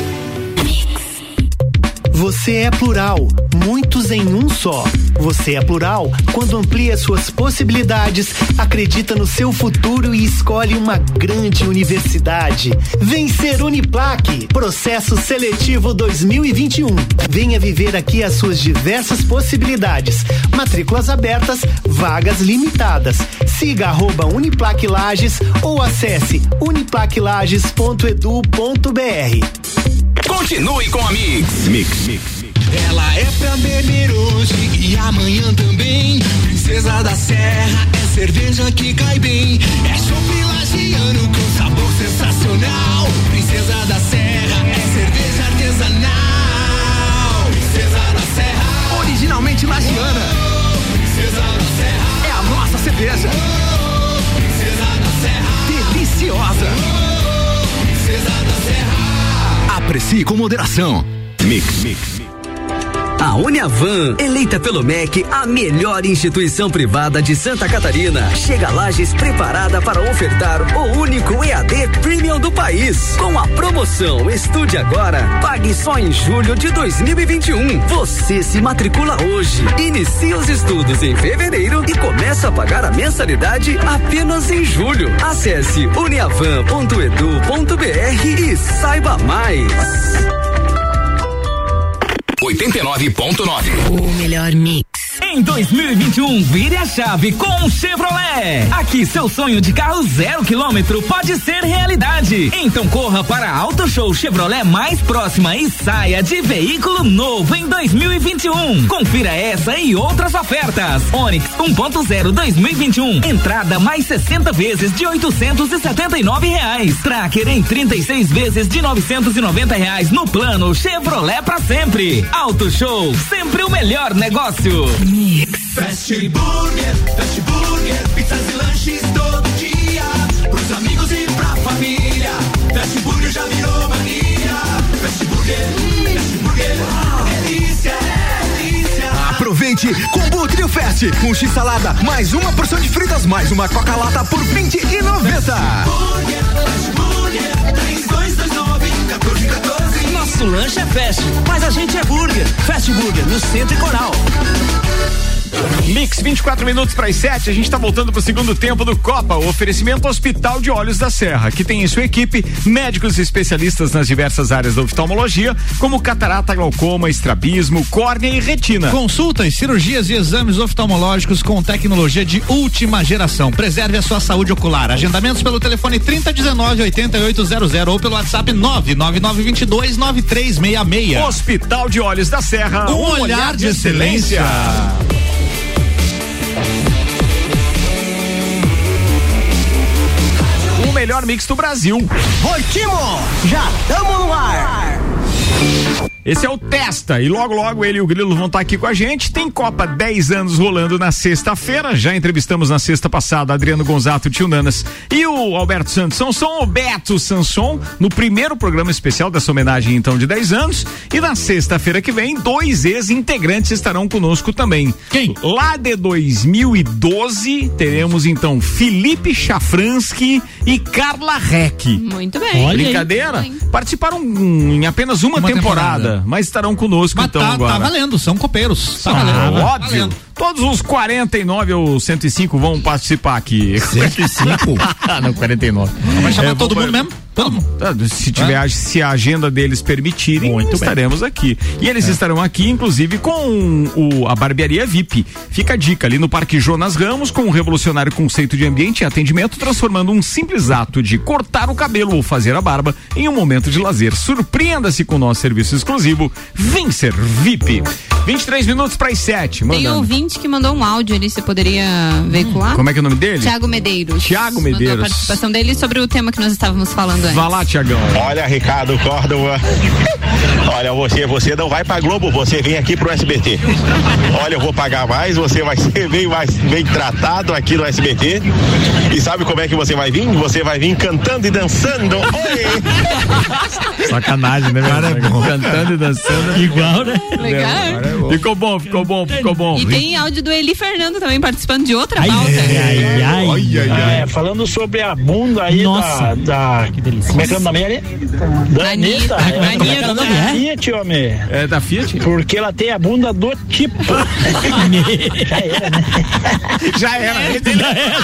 Você é plural, muitos em um só. Você é plural quando amplia suas possibilidades, acredita no seu futuro e escolhe uma grande universidade. Vem ser Uniplac, processo seletivo 2021. Venha viver aqui as suas diversas possibilidades. Matrículas abertas, vagas limitadas. Siga @Uniplac Lages ou acesse uniplaclages.edu.br. Continue com a Mix. Ela é pra beber hoje e amanhã também. Princesa da Serra é cerveja que cai bem. É chopp lagiano com sabor sensacional. Princesa da Serra é cerveja artesanal. Princesa da Serra, originalmente lagiana. Princesa da Serra é a nossa cerveja. Princesa da Serra, deliciosa. Princesa da Serra. Aprecie com moderação. Mix. A Uniavan, eleita pelo MEC a melhor instituição privada de Santa Catarina, chega a Lages preparada para ofertar o único EAD Premium do país. Com a promoção Estude Agora, pague só em julho de 2021. Você se matricula hoje, inicia os estudos em fevereiro e começa a pagar a mensalidade apenas em julho. Acesse uniavan.edu.br e saiba mais. 89.9. O melhor mix. Em 2021, vire a chave com o Chevrolet. Aqui seu sonho de carro 0 km pode ser realidade. Então corra para a Auto Show Chevrolet mais próxima e saia de veículo novo em 2021. Confira essa e outras ofertas. Onix 1.0 2021. Entrada mais 60 vezes de R$879. Tracker em 36 vezes de R$990 no plano Chevrolet pra sempre. Auto Show, sempre o melhor negócio. Fast Burger, pizzas e lanches todo dia. Pros amigos e pra família. Fast Burger já virou mania. Fast Burger, delícia. Aproveite, combo Trio Fast, um X-salada, mais uma porção de fritas, mais uma Coca-Lata por R$20,90. Fast Burger, 3229-1414. Nosso lanche é fast, mas a gente é burger. Fast Burger, no Centro e Coral. Mix, 24 minutos para as 7, a gente está voltando para o segundo tempo do Copa. O oferecimento Hospital de Olhos da Serra, que tem em sua equipe médicos especialistas nas diversas áreas da oftalmologia, como catarata, glaucoma, estrabismo, córnea e retina. Consultas, cirurgias e exames oftalmológicos com tecnologia de última geração. Preserve a sua saúde ocular. Agendamentos pelo telefone 3019-8800 ou pelo WhatsApp 999229366. Hospital de Olhos da Serra, um olhar de excelência. O melhor mix do Brasil. Ritmo, já tamo no ar. Esse é o Testa e logo ele e o Grilo vão estar aqui com a gente. Tem Copa 10 anos rolando na sexta-feira. Já entrevistamos na sexta passada Adriano Gonzato, Tio Nanas e o Alberto Sanson, o Beto Sanson, no primeiro programa especial dessa homenagem então de 10 anos. E na sexta-feira que vem, 2 ex-integrantes estarão conosco também. Quem? Lá de 2012 teremos então Felipe Chafransky e Carla Reck. Muito bem. Olha, brincadeira? Aí. Participaram em apenas uma temporada, mas estarão conosco mas então tá, agora. Tá valendo, são copeiros. Tá valendo. Óbvio. Valendo. Todos os 49 ou 105 vão participar aqui. 105? Não, 49. Vai chamar todo mundo mesmo? Todo mundo. Se a agenda deles permitirem, estaremos aqui. E eles estarão aqui, inclusive, com a barbearia VIP. Fica a dica, ali no Parque Jonas Ramos, com um revolucionário conceito de ambiente e atendimento, transformando um simples ato de cortar o cabelo ou fazer a barba em um momento de lazer. Surpreenda-se com o nosso serviço exclusivo, Vincer VIP. 23 minutos para as 7. Tem um ouvinte que mandou um áudio ali, você poderia veicular? Como é que é o nome dele? Tiago Medeiros. Tiago Medeiros. Mandou a participação dele sobre o tema que nós estávamos falando antes. Vai lá, Tiagão. Olha, Ricardo Córdova. Olha, você não vai pra Globo, você vem aqui pro SBT. Olha, eu vou pagar mais, você vai ser bem tratado aqui no SBT. E sabe como é que você vai vir? Você vai vir cantando e dançando. Oi! Sacanagem, né, cara? É bom. Cantando e dançando. Igual, né? Legal. Ficou bom. E tem áudio do Eli Fernando também participando de outra pauta. Falando sobre a bunda aí da que delícia. como é que é o nome ali? Da Anitta. Da Fiat, homem. É da Fiat? Porque ela tem a bunda do tipo. Já era, né? Já era.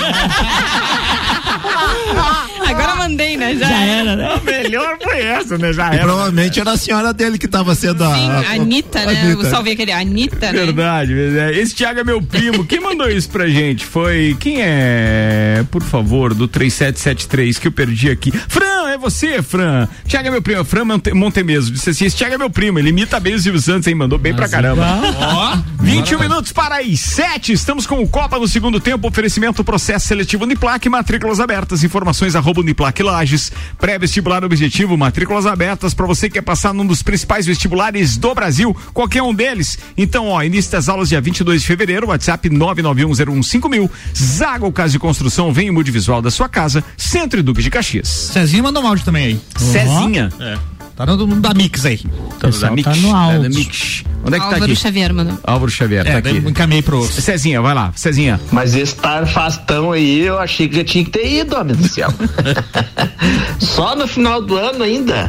Agora mandei, né? Já era, né? A melhor foi essa, né? Já E era. provavelmente era a senhora dele que estava sendo a Anitta, né? Eu salvei aquele Anitta, né? Verdade. Esse Thiago é meu primo. Quem mandou isso pra gente foi... Quem é, por favor, do 3773 que eu perdi aqui? Fran, é você, Fran? Thiago é meu primo. Fran Montemeso disse assim, esse Thiago é meu primo. Ele imita bem o Silvio Santos, hein? Mandou bem pra caramba. Ó, 21 minutos para as 7. Estamos com o Copa no segundo tempo. Oferecimento processo seletivo Uniplac, matrículas abertas. Informações @Uniplac Lages. Pré-vestibular objetivo, matrículas abertas para você que quer passar num dos principais vestibulares do Brasil, qualquer um deles. Então, início das aulas dia 22 de fevereiro, WhatsApp 991015000. Zago Casa de Construção, vem o multivisual da sua casa, Centro e Duque de Caxias. Cezinha mandou um áudio também aí. Cezinha? É. Tá no da Mix aí. Tá no áudio. Onde é que tá aqui? Álvaro Xavier, mano. Álvaro Xavier, tá aqui. Encaminhei pro Cezinha, vai lá, Cezinha. Mas esse tarfastão aí, eu achei que já tinha que ter ido, homem do céu. Só no final do ano ainda.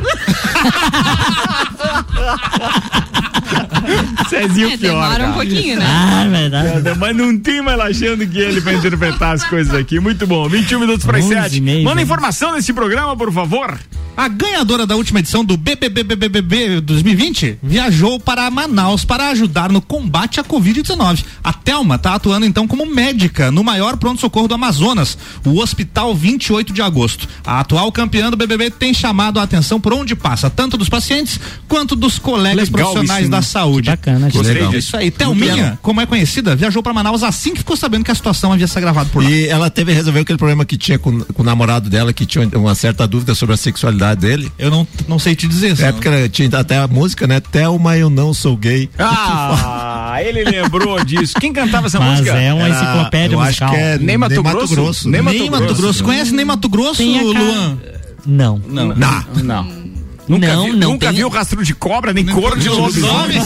Cezinho pior, demora um pouquinho, né? Ah, verdade. Mas não tem mais achando que ele vai interpretar as coisas aqui. Muito bom. 21 minutos para as 7. Manda informação nesse programa, por favor. A ganhadora da última edição do BBB 2020 viajou para Manaus para ajudar no combate à Covid-19. A Thelma está atuando então como médica no maior pronto-socorro do Amazonas, o Hospital 28 de Agosto. A atual campeã do BBB tem chamado a atenção por onde passa, tanto dos pacientes quanto dos colegas profissionais da saúde. Bacana, gostei disso. Isso aí. Thelminha, como é conhecida, viajou para Manaus assim que ficou sabendo que a situação havia se agravado por lá. E ela teve que resolver aquele problema que tinha com o namorado dela, que tinha uma certa dúvida sobre a sexualidade dele. Eu não sei te dizer. É porque tinha até a música, né? Thelma, eu não sou gay. Ah, ele lembrou disso. Quem cantava essa música? Mas é uma enciclopédia musical. Acho que é Nem Mato Grosso. Nem Mato Grosso. Conhece Nem Mato Grosso, Luan? Não. Nunca viu rastro de cobra, nem couro de lobisomem.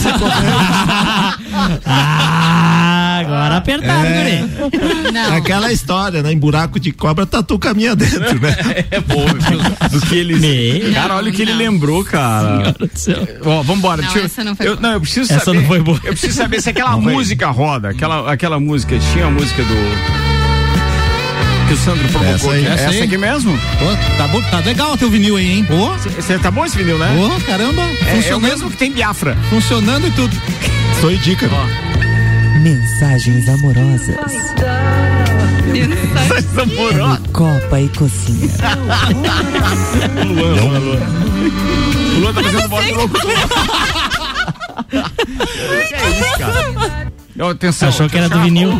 Agora apertaram, guri. Não. Aquela história, né? Em buraco de cobra, tatu caminha dentro, né? É bom, do que eles... Cara, olha o que ele lembrou, cara. Ó, vambora. Não, essa não foi boa. Eu preciso essa saber. Não foi boa. Eu preciso saber se aquela música roda. Aquela música, tinha a música do... que o Sandro provocou. Essa aqui mesmo? Tá legal teu vinil aí, hein? Tá bom esse vinil, né? Caramba. É o mesmo que tem Biafra. Funcionando e tudo. Sou dica. Mensagens amorosas. Mensagens amorosas. Copa e cozinha. O Luan tá fazendo voz de louco. Que é isso, cara? Atenção. Achou que era do vinil.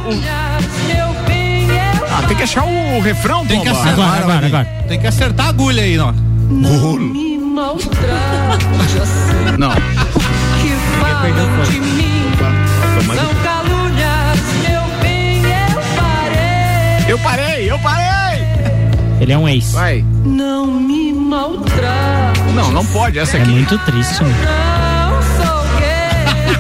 Tem que achar o refrão, tem que acertar agora. Tem que acertar a agulha aí, ó. Não me maltrate assim. Não. Que falam de mim. São calúnias, meu bem, eu parei. Ele é um ex. Vai. Não me maltrate. Não pode, essa aqui. É muito triste, né? Não sou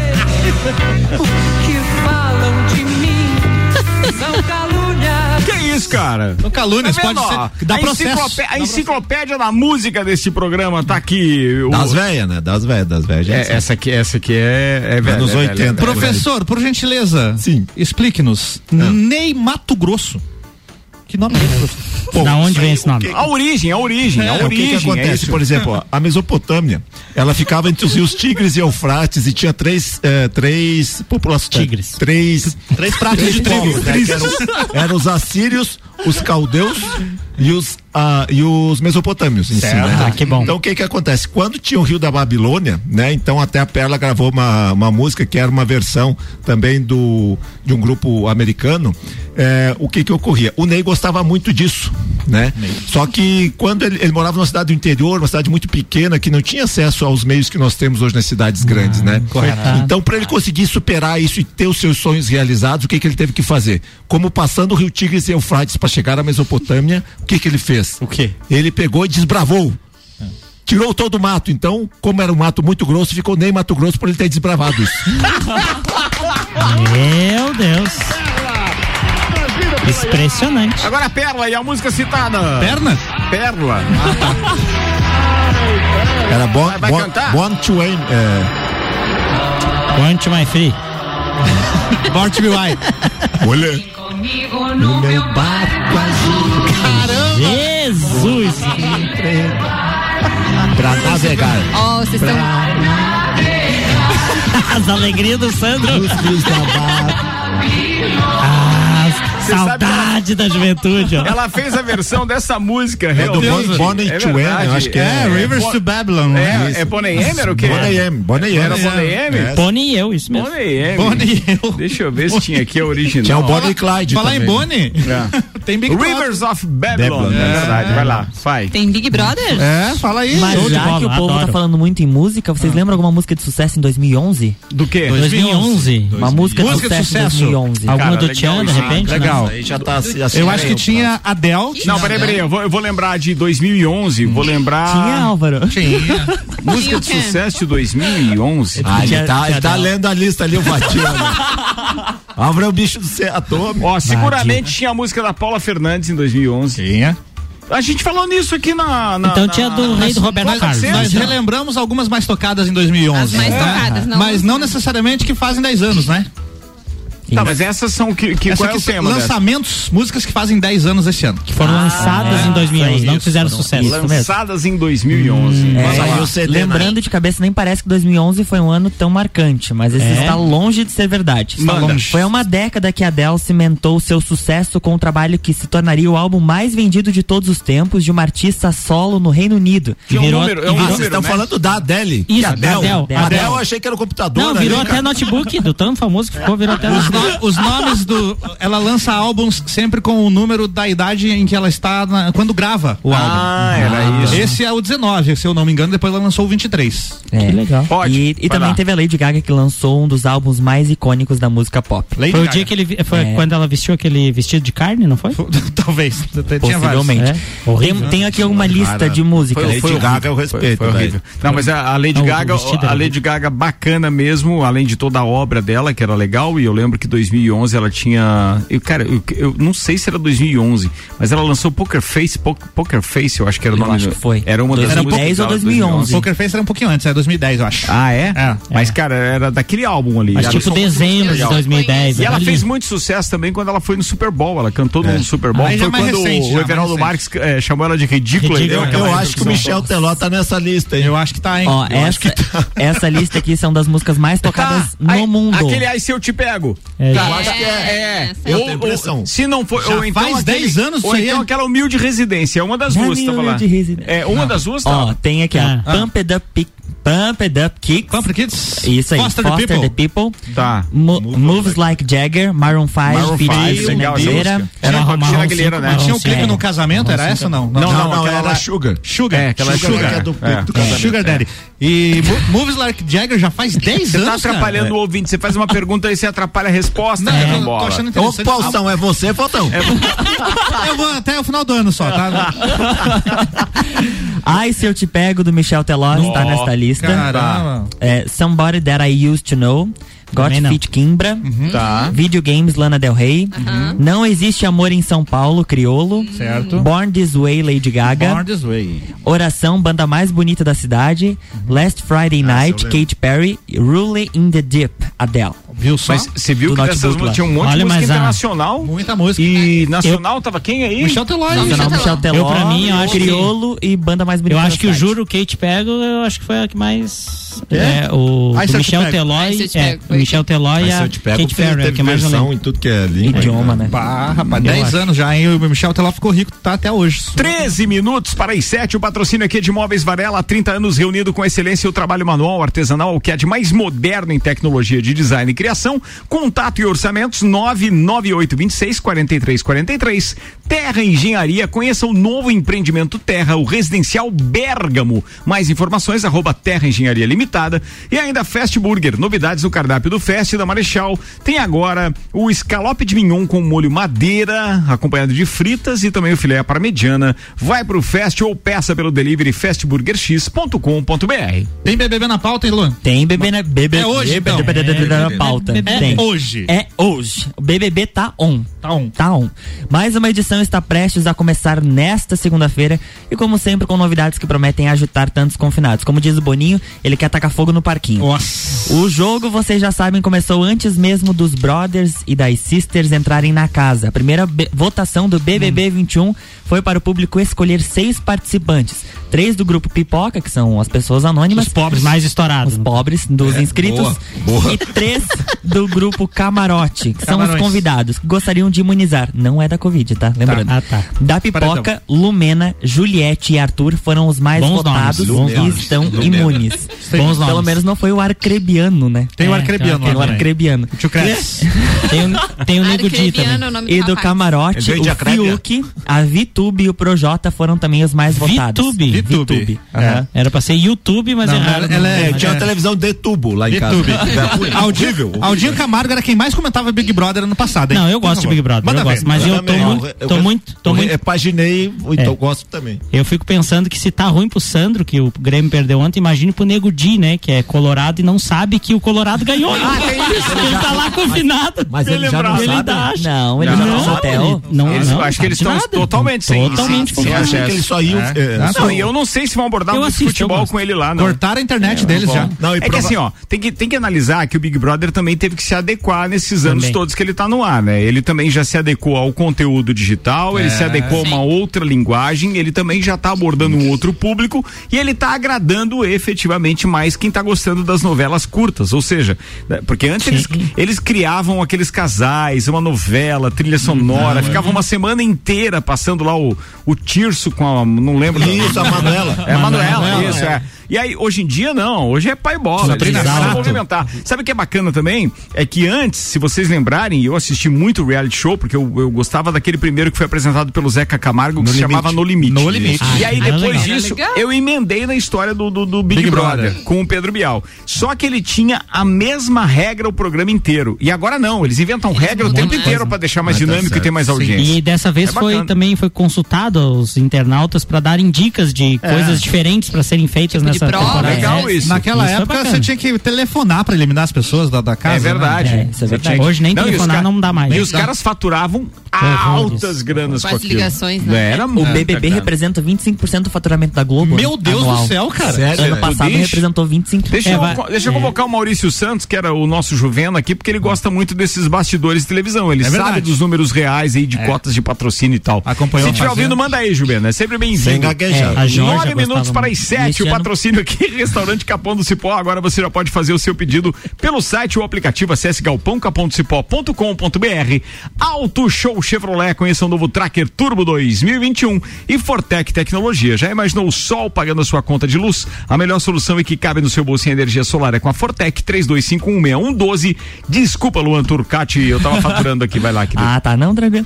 gay. Que falam de mim. São calúnias. Que isso, cara? São calúnias, Tá vendo, pode ó? ser. Dá processo. A enciclopédia da música desse programa tá aqui. Das velhas, né? Das velhas. Essa aqui é velha. Anos 80. Professor, por gentileza, sim, explique-nos. Ney Mato Grosso. Que nome é esse, professor? Da onde vem esse nome? A origem. O que acontece? Por exemplo, ó, a Mesopotâmia, ela ficava entre os rios Tigres e Eufrates e tinha três populações. Tigres. Três pratos de povos, né? Eram os assírios, os caldeus e os mesopotâmios em si, né? Que bom. Então o que acontece? Quando tinha o rio da Babilônia, né? Então até a Perla gravou uma música que era uma versão também de um grupo americano. O que ocorria? O Ney gostava muito disso, né? Só que quando ele morava numa cidade do interior, uma cidade muito pequena, que não tinha acesso aos meios que nós temos hoje nas cidades grandes, né? Correto. Então, para ele conseguir superar isso e ter os seus sonhos realizados, o que ele teve que fazer? Como passando o rio Tigres e Eufrates para chegar à Mesopotâmia, o que ele fez? O quê? Ele pegou e desbravou. Tirou todo o mato. Então, como era um mato muito grosso, ficou nem Mato Grosso por ele ter desbravado isso. Meu Deus. Impressionante. Agora a Perla e a música citada. Perla. Era Vai cantar? Born to Aim. Born to my free. Born to be white. Olha. No meu barco azul. Caramba. Jesus. Pra navegar. Ó, vocês estão... As alegrias do Sandro. Os rios da barca. Saudade da juventude, ó. Ela fez a versão dessa música, do Bonnie to M, eu acho que é. Rivers to Babylon. É Bonnie M, era o quê? Bonnie M. Era Bonnie M? Bonnie e eu, isso mesmo. Bonnie e eu. Deixa eu ver se tinha aqui a original. Tinha o Bonnie e Clyde. Falar em Bonnie? Tem Big Brother. Rivers of Babylon. É verdade, vai lá, vai. Tem Big Brother? Fala aí. Mas já que o povo tá falando muito em música, vocês lembram alguma música de sucesso em 2011? Do quê? 2011. Uma música de sucesso em 2011. Alguma do Tchan, de repente? Legal. Aí já tá eu acho que tinha Adele. Não, peraí, eu vou lembrar de 2011, vou lembrar... Tinha, Álvaro? Tinha. Música de sucesso de 2011. Ele tá lendo a lista ali, o Vatiano. Álvaro é o bicho do céu atômico. Ó, seguramente tinha a música da Paula Fernandes em 2011. Tinha. A gente falou nisso aqui Então tinha do rei do Roberto Carlos. Nós relembramos algumas mais tocadas em 2011. As mais tocadas, não. Mas não necessariamente que fazem 10 anos, né? Tá, mas essas são qual é o tema? Lançamentos, músicas que fazem 10 anos esse ano. Que foram lançadas em 2011, não fizeram sucesso. Lançadas em 2011. Lembrando de cabeça, nem parece que 2011 foi um ano tão marcante, mas esse está longe de ser verdade. Foi uma década que a Adele cimentou seu sucesso com um trabalho que se tornaria o álbum mais vendido de todos os tempos de uma artista solo no Reino Unido. Vocês estão falando da Adele. Isso, Adele, eu achei que era o computador. Não, virou até notebook, do tão famoso que ficou, virou até os nomes ela lança álbuns sempre com o número da idade em que ela está quando grava o álbum. Era isso. Esse é o 19, se eu não me engano, depois ela lançou o 23. Que legal. E também teve a Lady Gaga, que lançou um dos álbuns mais icônicos da música pop. Foi o dia que quando ela vestiu aquele vestido de carne, não foi? Talvez. Possivelmente. Tem aqui uma lista de músicas. Lady Gaga, eu respeito. Foi horrível. Não, mas a Lady Gaga bacana mesmo, além de toda a obra dela, que era legal, e eu lembro que 2011 ela tinha, eu não sei se era 2011, mas ela lançou Poker Face, eu acho que era o nome. Acho que foi. Era uma 2010 ou 2011. Poker Face era um pouquinho antes, 2010, eu acho. Ah, é? Mas cara, era daquele álbum ali. Mas tipo dezembro de 2010. E ela fez muito sucesso também quando ela foi no Super Bowl, ela cantou no Super Bowl. Foi quando o Everaldo Marques chamou ela de ridícula. Eu acho que o Michel Teló tá nessa lista, hein? Eu acho que tá, hein? Essa lista aqui são das músicas mais tocadas no mundo. Aquele Aí Se Eu Te Pego. Eu acho que eu tenho impressão. Se não for, ou então faz 10 anos ou então aquela Humilde Residência, uma das duas, tava lá. Uma das duas, tá? Ó, tem aqui, Pump It Up Kicks. Pump It Kids. Isso aí. Foster the People. Tá. Moves Like Jagger, Maroon 5, legal, era Cristina Aguilera, né? Tinha um clipe no casamento, era essa ou não? Não, aquela era Sugar. Aquela Sugar. Do casamento. Sugar Daddy. E Moves Like Jagger já faz 10 anos, Você tá atrapalhando o ouvinte, você faz uma pergunta e você atrapalha a resposta. Não, eu tô achando interessante. Ô, Paulson, é você, Faltão? Eu vou até o final do ano só, tá? Ai, Se Eu Te Pego, do Michel Teló, está nesta lista. lista. Caramba. Somebody That I Used to Know, Got Fit Kimbra, Videogames, Lana Del Rey, Não Existe Amor em São Paulo, Criolo, certo. Born This Way, Lady Gaga, Born This Way. Oração, Banda Mais Bonita da Cidade, Last Friday Night, Katy Perry, Rolling in the Deep, Adele. Viu só? Mas você viu que dessas músicas tinha um monte de música internacional. Muita música. E nacional tava quem aí? Michel Teló. Michel Teló. Eu, pra mim, eu acho Criolo e Banda Mais Bonita eu da acho que o Cidade. Juro, Kate Pego, eu acho que foi a que mais... o Michel Teló o Michel Teló e a Kate Perry, que mais eu lembro. Em tudo que é língua. Idioma, né? Rapaz, 10 anos já, hein? O Michel Teló ficou rico, tá até hoje. 13 minutos para as 7, o patrocínio aqui de Móveis Varela, há 30 anos reunido com excelência e o trabalho manual artesanal, o que é de mais moderno em tecnologia de design e criação. Contato e orçamentos 99826-4343. Terra Engenharia, conheça o novo empreendimento Terra, o residencial Bérgamo. Mais informações, @Terra Engenharia Limitada. E ainda Fast Burger, novidades no cardápio do Fast da Marechal. Tem agora o escalope de mignon com molho madeira, acompanhado de fritas, e também o filé parmegiana. Vai pro Fast ou peça pelo delivery fastburgerx.com.br. Tem BBB na pauta, hein, Luan? Tem BBB na É hoje, então. na pauta. Tem. Hoje. É hoje. O BBB tá on. Tá on. Mais uma edição está prestes a começar nesta segunda-feira e, como sempre, com novidades que prometem agitar tantos confinados. Como diz o Boninho, ele quer tacar fogo no parquinho. Nossa. O jogo, vocês já sabem, começou antes mesmo dos brothers e das sisters entrarem na casa. A primeira votação do BBB 21 foi para o público escolher 6 participantes. 3 do grupo Pipoca, que são as pessoas anônimas. Os pobres mais estourados. Os pobres dos inscritos. Boa. E 3 do grupo Camarote, que são os convidados que gostariam de imunizar. Não é da Covid, tá? Lembrando. Da Pipoca, Lumena, Juliette e Arthur foram os mais votados e estão imunes. Bons nomes. Pelo menos não foi o Arcrebiano, né? Tem o Arcrebiano. Tem o Arcrebiano. Tem o Nego Di também. E do Camarote, o Fiuk, a Vitube e o Projota foram também os mais votados. Vitube. Era pra ser YouTube, mas erraram. Tinha uma televisão de tubo lá em casa. Aldinho Camargo era quem mais comentava Big Brother ano passado, hein? Não, eu gosto de Big Brother. Mas eu tô muito. Repaginei, então gosto também. Eu fico pensando que se tá ruim pro Sandro, que o Grêmio perdeu ontem, imagine pro Nego Di, né? Que é colorado e não sabe que o Colorado ganhou. Ele tá lá confinado. Mas ele já não sabe. Não, ele já não sabe. Acho que eles estão totalmente sem. Acho que eles só iam. Não, e eu não sei se vão abordar muito futebol com ele lá, não. Cortaram a internet deles já. É que assim, ó, tem que analisar que o Big Brother também teve que se adequar nesses anos todos que ele tá no ar, né? Ele também já se adequou ao conteúdo digital, ele se adequou a uma outra linguagem, ele também já tá abordando um outro público e ele tá agradando efetivamente mais quem tá gostando das novelas curtas, ou seja, porque antes eles criavam aqueles casais, uma novela, trilha sonora, ficavam uma semana inteira passando lá o Tirso com a, não lembro. Isso, a Manuela. É a Manuela, isso, é. E aí, hoje em dia, não. Hoje é pai bola. Eles precisam movimentar. Sabe o que é bacana também? É que antes, se vocês lembrarem, eu assisti muito reality show, porque eu gostava daquele primeiro que foi apresentado pelo Zeca Camargo, que se chamava No Limite. No Limite. E aí, depois disso, eu emendei na história do Big Brother, com o Pedro Bial. Só que ele tinha a mesma regra o programa inteiro. E agora não, eles inventam regra o tempo inteiro pra deixar mais dinâmico e ter mais audiência. E dessa vez foi consultado aos internautas pra darem dicas de coisas diferentes pra serem feitas nessa temporada. Legal isso. Naquela época você tinha que telefonar pra eliminar as pessoas da casa. É verdade. Né? Isso é verdade. Hoje nem telefonar não dá mais. E os caras faturavam altas granas com aquilo. Ligações, né? O BBB representa 25% do faturamento da Globo. Meu Deus do céu, cara. Sério? Ano passado representou 25%. Deixa eu convocar o Maurício Santos, que era o nosso Juvena aqui, porque ele gosta muito desses bastidores de televisão. Ele sabe dos números reais aí de cotas de patrocínio e tal. Se estiver ouvindo, manda aí, Juvena. É sempre bem-vindo. Sem gaguejar. 9 minutos para as 7. O patrocínio aqui, Restaurante Capão do Cipó. Agora você já pode fazer o seu pedido pelo site ou aplicativo. Acesse galpãocapondocipó.com.br. Auto Show Chevrolet. Conheça o novo Tracker Turbo 2021 e Fortec Tecnologia. Já imaginou o sol pagando a sua conta de luz? A melhor solução e que cabe no seu bolso em energia solar é com a Fortec 32516112. Desculpa, Luan Turcati, eu tava faturando aqui, vai lá, querido. Tá, não, tranquilo.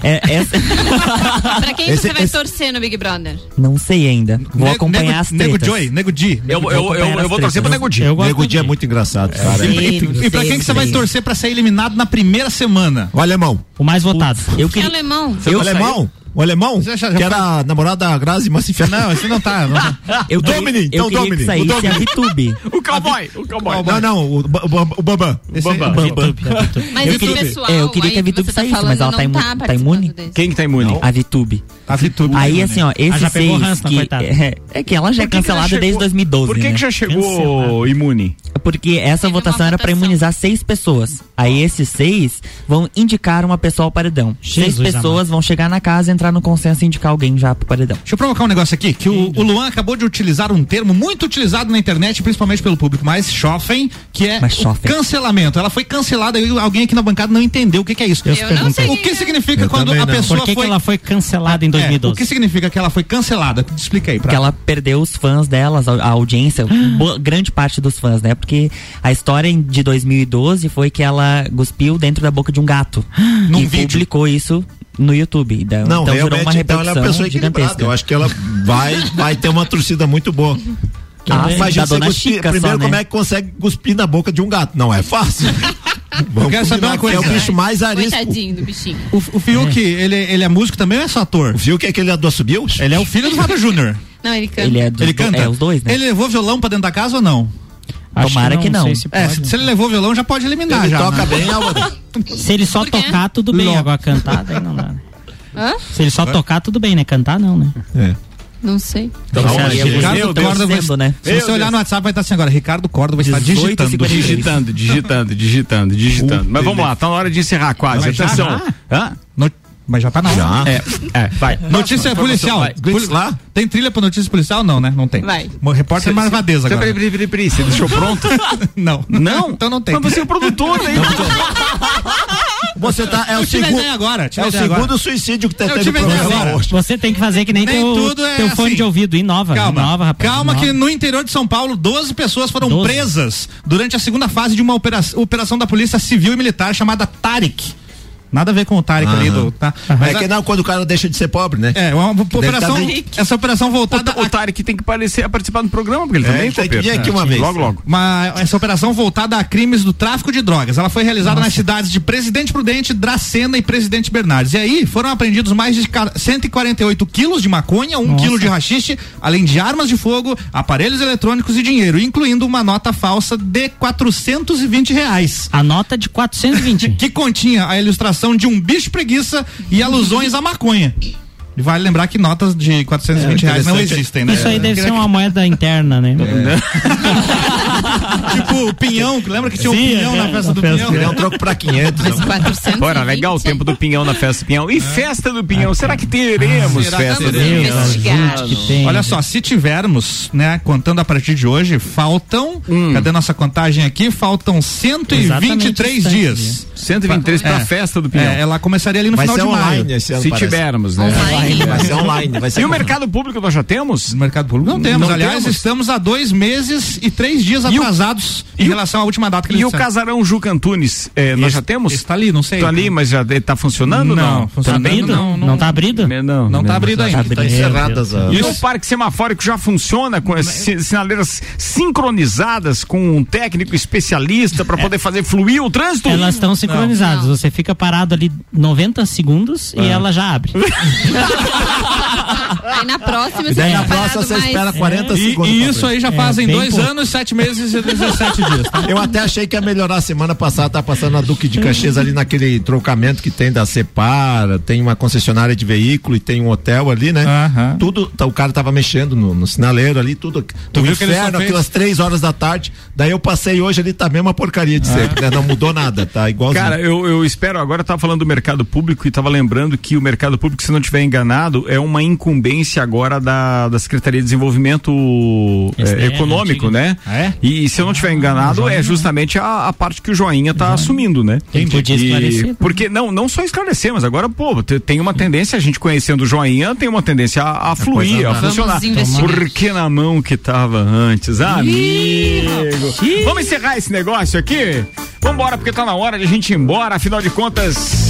Pra quem você vai torcer no Big Brother? Não sei ainda. Vou acompanhar as tretas. Nego Di. Eu vou torcer pro Nego Di. Nego Di é muito engraçado, cara. E pra quem que você vai torcer pra ser eliminado na primeira semana? O alemão. O mais votado. Que alemão? O alemão? O alemão? Que era namorado da Grazi Massifier. Não, esse não tá. Eu Domini, queria que saísse a VTube. O cowboy. Não, o Bambam. Mas esse pessoal eu queria que a VTube saísse, mas ela tá imune. Quem que tá imune? A VTube. Aí, assim, ó, esse já pegou 6 ranço, que coitada. é que ela já é cancelada desde 2012. Por que já chegou imune? Porque essa votação era pra imunizar 6 pessoas. Aí esses 6 vão indicar uma pessoa ao paredão. 6 pessoas vão chegar na casa, entrar no consenso e indicar alguém já pro paredão. Deixa eu provocar um negócio aqui, que o Luan acabou de utilizar um termo muito utilizado na internet, principalmente pelo público mais jovem, que é cancelamento. Ela foi cancelada e alguém aqui na bancada não entendeu o que é isso. Eu não sei. O que significa quando a pessoa Por que ela foi cancelada em 2012? O que significa que ela foi cancelada? Explica aí. Porque ela perdeu os fãs delas, a audiência, grande parte dos fãs, né? Porque a história de 2012 foi que ela cuspiu dentro da boca de um gato. E publicou isso no YouTube. Então virou uma repercussão ela é uma pessoa gigantesca. Eu acho que ela vai ter uma torcida muito boa. Imagina você cuspir, primeiro, como é que consegue cuspir na boca de um gato? Não é fácil. Eu quero saber uma coisa. É o bicho mais arisco. Coitadinho do bichinho. O Fiuk, ele é músico também ou é só ator? O Fiuk é aquele do Assobios? Ele é o filho do Fábio Júnior. Não, ele canta. Ele canta? É os dois, né? Ele levou violão pra dentro da casa ou não? Tomara que não. Se ele levou violão, já pode eliminar. Ele já, toca né? bem, Álvaro. Se ele só tocar, tudo bem. Agora cantar, daí não dá. Se ele só tocar, tudo bem, né? Cantar, não, né? Não sei. Então, Ricardo Cordo vai, né? Se você olhar no WhatsApp, vai estar assim agora. Ricardo Cordo vai estar digitando. Mas vamos lá, tá na hora de encerrar quase. Atenção. Mas já tá na hora. Vai. Notícia policial. Lá? Tem trilha pra notícia policial? Não, né? Não tem. Vai. Repórter Marvadeza agora. Peraí, você deixou pronto? Não. Não? Então não tem. Mas você é o produtor, né? Você tá, é o segundo suicídio que teve no programa hoje. Você tem que fazer que nem teu fone de ouvido, inova, rapaz. Calma que no interior de São Paulo, 12 pessoas foram presas durante a segunda fase de uma operação da Polícia Civil e Militar chamada Tariq. Nada a ver com o Tariq ali tá? Mas é que não, quando o cara deixa de ser pobre, né? É, uma operação, essa operação voltada... O Tariq tem que participar do programa, porque ele também tem que vir aqui uma vez. Logo. Essa operação voltada a crimes do tráfico de drogas, ela foi realizada nas cidades de Presidente Prudente, Dracena e Presidente Bernardes. E aí foram apreendidos mais de 148 quilos de maconha, 1 quilo de haxixe, além de armas de fogo, aparelhos eletrônicos e dinheiro, incluindo uma nota falsa de R$420. A nota de 420. Que continha a ilustração de um bicho preguiça e alusões à maconha. E vale lembrar que notas de R$420 não existem, né? Isso aí deve ser uma moeda interna, né? Tipo o pinhão, lembra que tinha um pinhão na festa do pinhão? Ele é um troco pra 500. Mas 420. Bora, legal o tempo do pinhão na festa do pinhão. E festa do pinhão, será que teremos festa do pinhão? Olha só, se tivermos, né, contando a partir de hoje, faltam, cadê nossa contagem aqui? Faltam 123 dias. 123 pra festa do pinhão. Ela começaria ali no final de maio. Se tivermos, né? Vai ser online. E o mercado público nós já temos? O mercado público não temos. Aliás, estamos há 2 meses e 3 dias atrasados em relação à última data que eles disseram. E o casarão Juca Antunes, nós já temos? Está ali, não sei. Está ali, mas já está funcionando? Não. Tá abrido? Não tá abrido? Não tá abrido ainda. Tá encerradas. E o parque semafórico já funciona com as sinaleiras sincronizadas com um técnico especialista para poder fazer fluir o trânsito? Elas estão sincronizadas. Você fica parado ali 90 segundos e ela já abre. Aí na próxima você espera 40 segundos. E isso aí já fazem 2 anos, 7 meses e 17 dias. Tá? Eu até achei que ia melhorar. Semana passada tá passando na Duque de Caxias ali naquele trocamento que tem da Separa, tem uma concessionária de veículo e tem um hotel ali, né? Tudo, o cara tava mexendo no sinaleiro ali, tudo. Tu viu que inferno, aquelas 3 horas da tarde. Daí eu passei hoje ali, tá mesmo uma porcaria de sempre, né? Não mudou nada, tá igualzinho. Cara, eu espero, agora eu tava falando do mercado público e tava lembrando que o mercado público, se não tiver enganado, é uma incumbência agora da Secretaria de Desenvolvimento Econômico, né? E se eu não tiver enganado, é justamente a parte que o Joinha tá assumindo, né? Quem podia esclarecer? Porque não só esclarecer, mas agora, tem uma tendência, a gente conhecendo o Joinha, tem uma tendência a fluir, a funcionar. Porque na mão que tava antes, amigo. Vamos encerrar esse negócio aqui? Vambora, porque tá na hora de a gente ir embora, afinal de contas,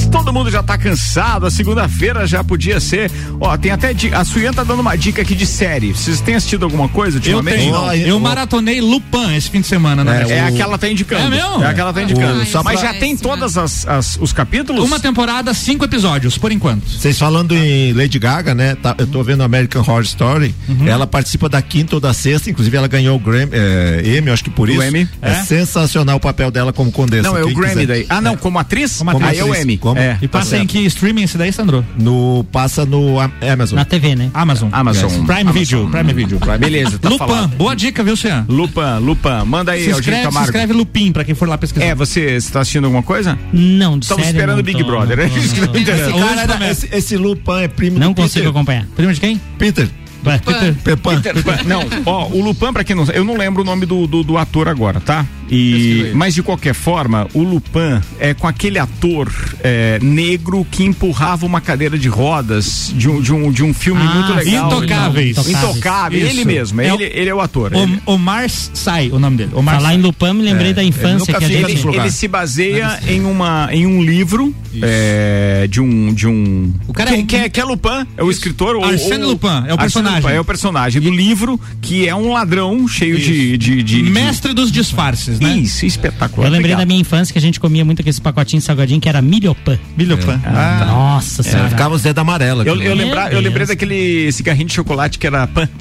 Todo mundo já tá cansado, a segunda-feira já podia ser. Ó, tem até a Suian tá dando uma dica aqui de série. Vocês têm assistido alguma coisa ultimamente? Eu maratonei Lupin esse fim de semana, né? É aquela tá indicando. É mesmo? É aquela tá indicando. Mas já tem todas os capítulos? Uma temporada, 5 episódios, por enquanto. Vocês falando em Lady Gaga, né? Eu tô vendo American Horror Story. Ela participa da 5ª ou da 6ª, inclusive ela ganhou o Grammy, Emmy, acho que por isso. Emmy. É sensacional o papel dela como Condessa. Não, é o Grammy daí. Ah, não, como atriz? Aí é o Emmy. E passa em que streaming esse daí, Sandro? Passa no Amazon. Na TV, né? Amazon. Prime Video. Beleza, tá Lupin, falado. boa dica, viu, Cian? Lupin. Manda aí, se escreve Lupin, pra quem for lá pesquisar. Você tá assistindo alguma coisa? Não, de Estamos série esperando não Big tô, Brother, né? Esse Lupin é primo Não do consigo Peter. acompanhar. Primo de quem? Peter. Peter Pan. Não, ó, o Lupin, pra quem não sabe, eu não lembro o nome do ator agora, tá? Mas de qualquer forma, o Lupin é com aquele ator negro que empurrava uma cadeira de rodas de um filme muito legal. Intocáveis. Ele mesmo, ele é o ator. Omar Sy, o nome dele. Falar em Lupin, me lembrei da infância que a gente... Ele se baseia em um livro de um... O cara que é Lupin, é o escritor. Arsène Lupin, é o personagem. É o personagem do livro, que é um ladrão cheio de mestre dos disfarces, né? Isso, espetacular. Eu lembrei da minha infância que a gente comia muito aqueles pacotinhos salgadinho que era Milhopan. Nossa senhora. Ficava os dedos amarelos. Eu lembrei daquele cigarrinho de chocolate que era Pan.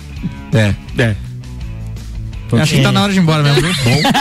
Acho que tá na hora de ir embora mesmo, viu?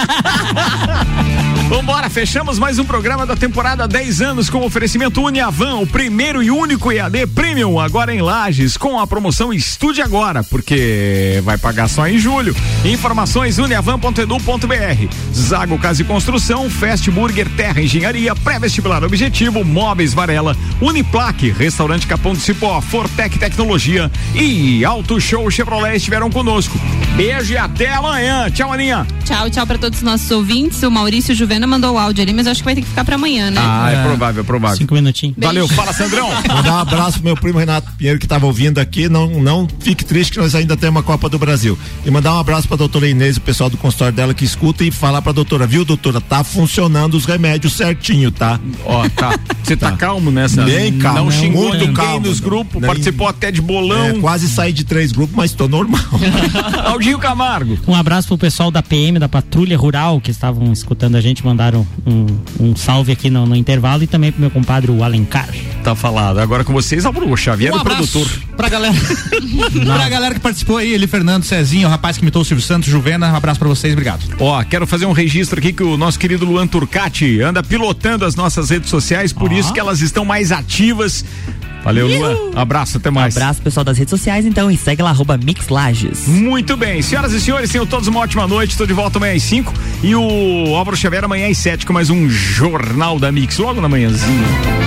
Vambora, fechamos mais um programa da temporada 10 anos com oferecimento Uniavan, o primeiro e único EAD Premium, agora em Lages, com a promoção Estude Agora, porque vai pagar só em julho. Informações uniavan.edu.br. Zago Casa e Construção, Fast Burger, Terra Engenharia, Pré-Vestibular Objetivo, Móveis Varela, Uniplaque, Restaurante Capão do Cipó, Fortec Tecnologia e Auto Show Chevrolet estiveram conosco. Beijo e até amanhã. Tchau, Aninha. Tchau para todos os nossos ouvintes. O Maurício Juvena mandou o áudio ali, mas eu acho que vai ter que ficar pra amanhã, né? É provável. 5 minutinhos. Valeu, fala, Sandrão. Mandar um abraço pro meu primo Renato Pinheiro que tava ouvindo aqui, não fique triste que nós ainda temos a Copa do Brasil. E mandar um abraço pra doutora Inês, o pessoal do consultório dela que escuta, e falar pra doutora, viu, doutora, tá funcionando os remédios certinho, tá? Ó, tá. Você tá calmo nessa? Bem calmo. Não xingou muito ninguém calmo, nos grupos, participou até de bolão. Quase saí de 3 grupos, mas tô normal. Aldinho Camargo. Um abraço pro pessoal da PM, da Patrulha Rural, que estavam escutando a gente, mandaram um salve aqui no intervalo, e também pro meu compadre, o Alencar. Tá falado. Agora com vocês, o Xavier, o produtor. Pra galera. Pra galera que participou aí, Eli Fernando, Cezinho, o rapaz que imitou o Silvio Santos, Juvena, um abraço pra vocês, obrigado. Ó, quero fazer um registro aqui que o nosso querido Luan Turcati anda pilotando as nossas redes sociais, por isso que elas estão mais ativas. Valeu, Luan. Abraço, até mais. Abraço, pessoal das redes sociais, então, e segue lá, @MixLages. Muito bem. Senhoras e senhores, tenham todos uma ótima noite. Estou de volta amanhã às 5 e o Álvaro Xavier amanhã às 7 com mais um Jornal da Mix, logo na manhãzinha.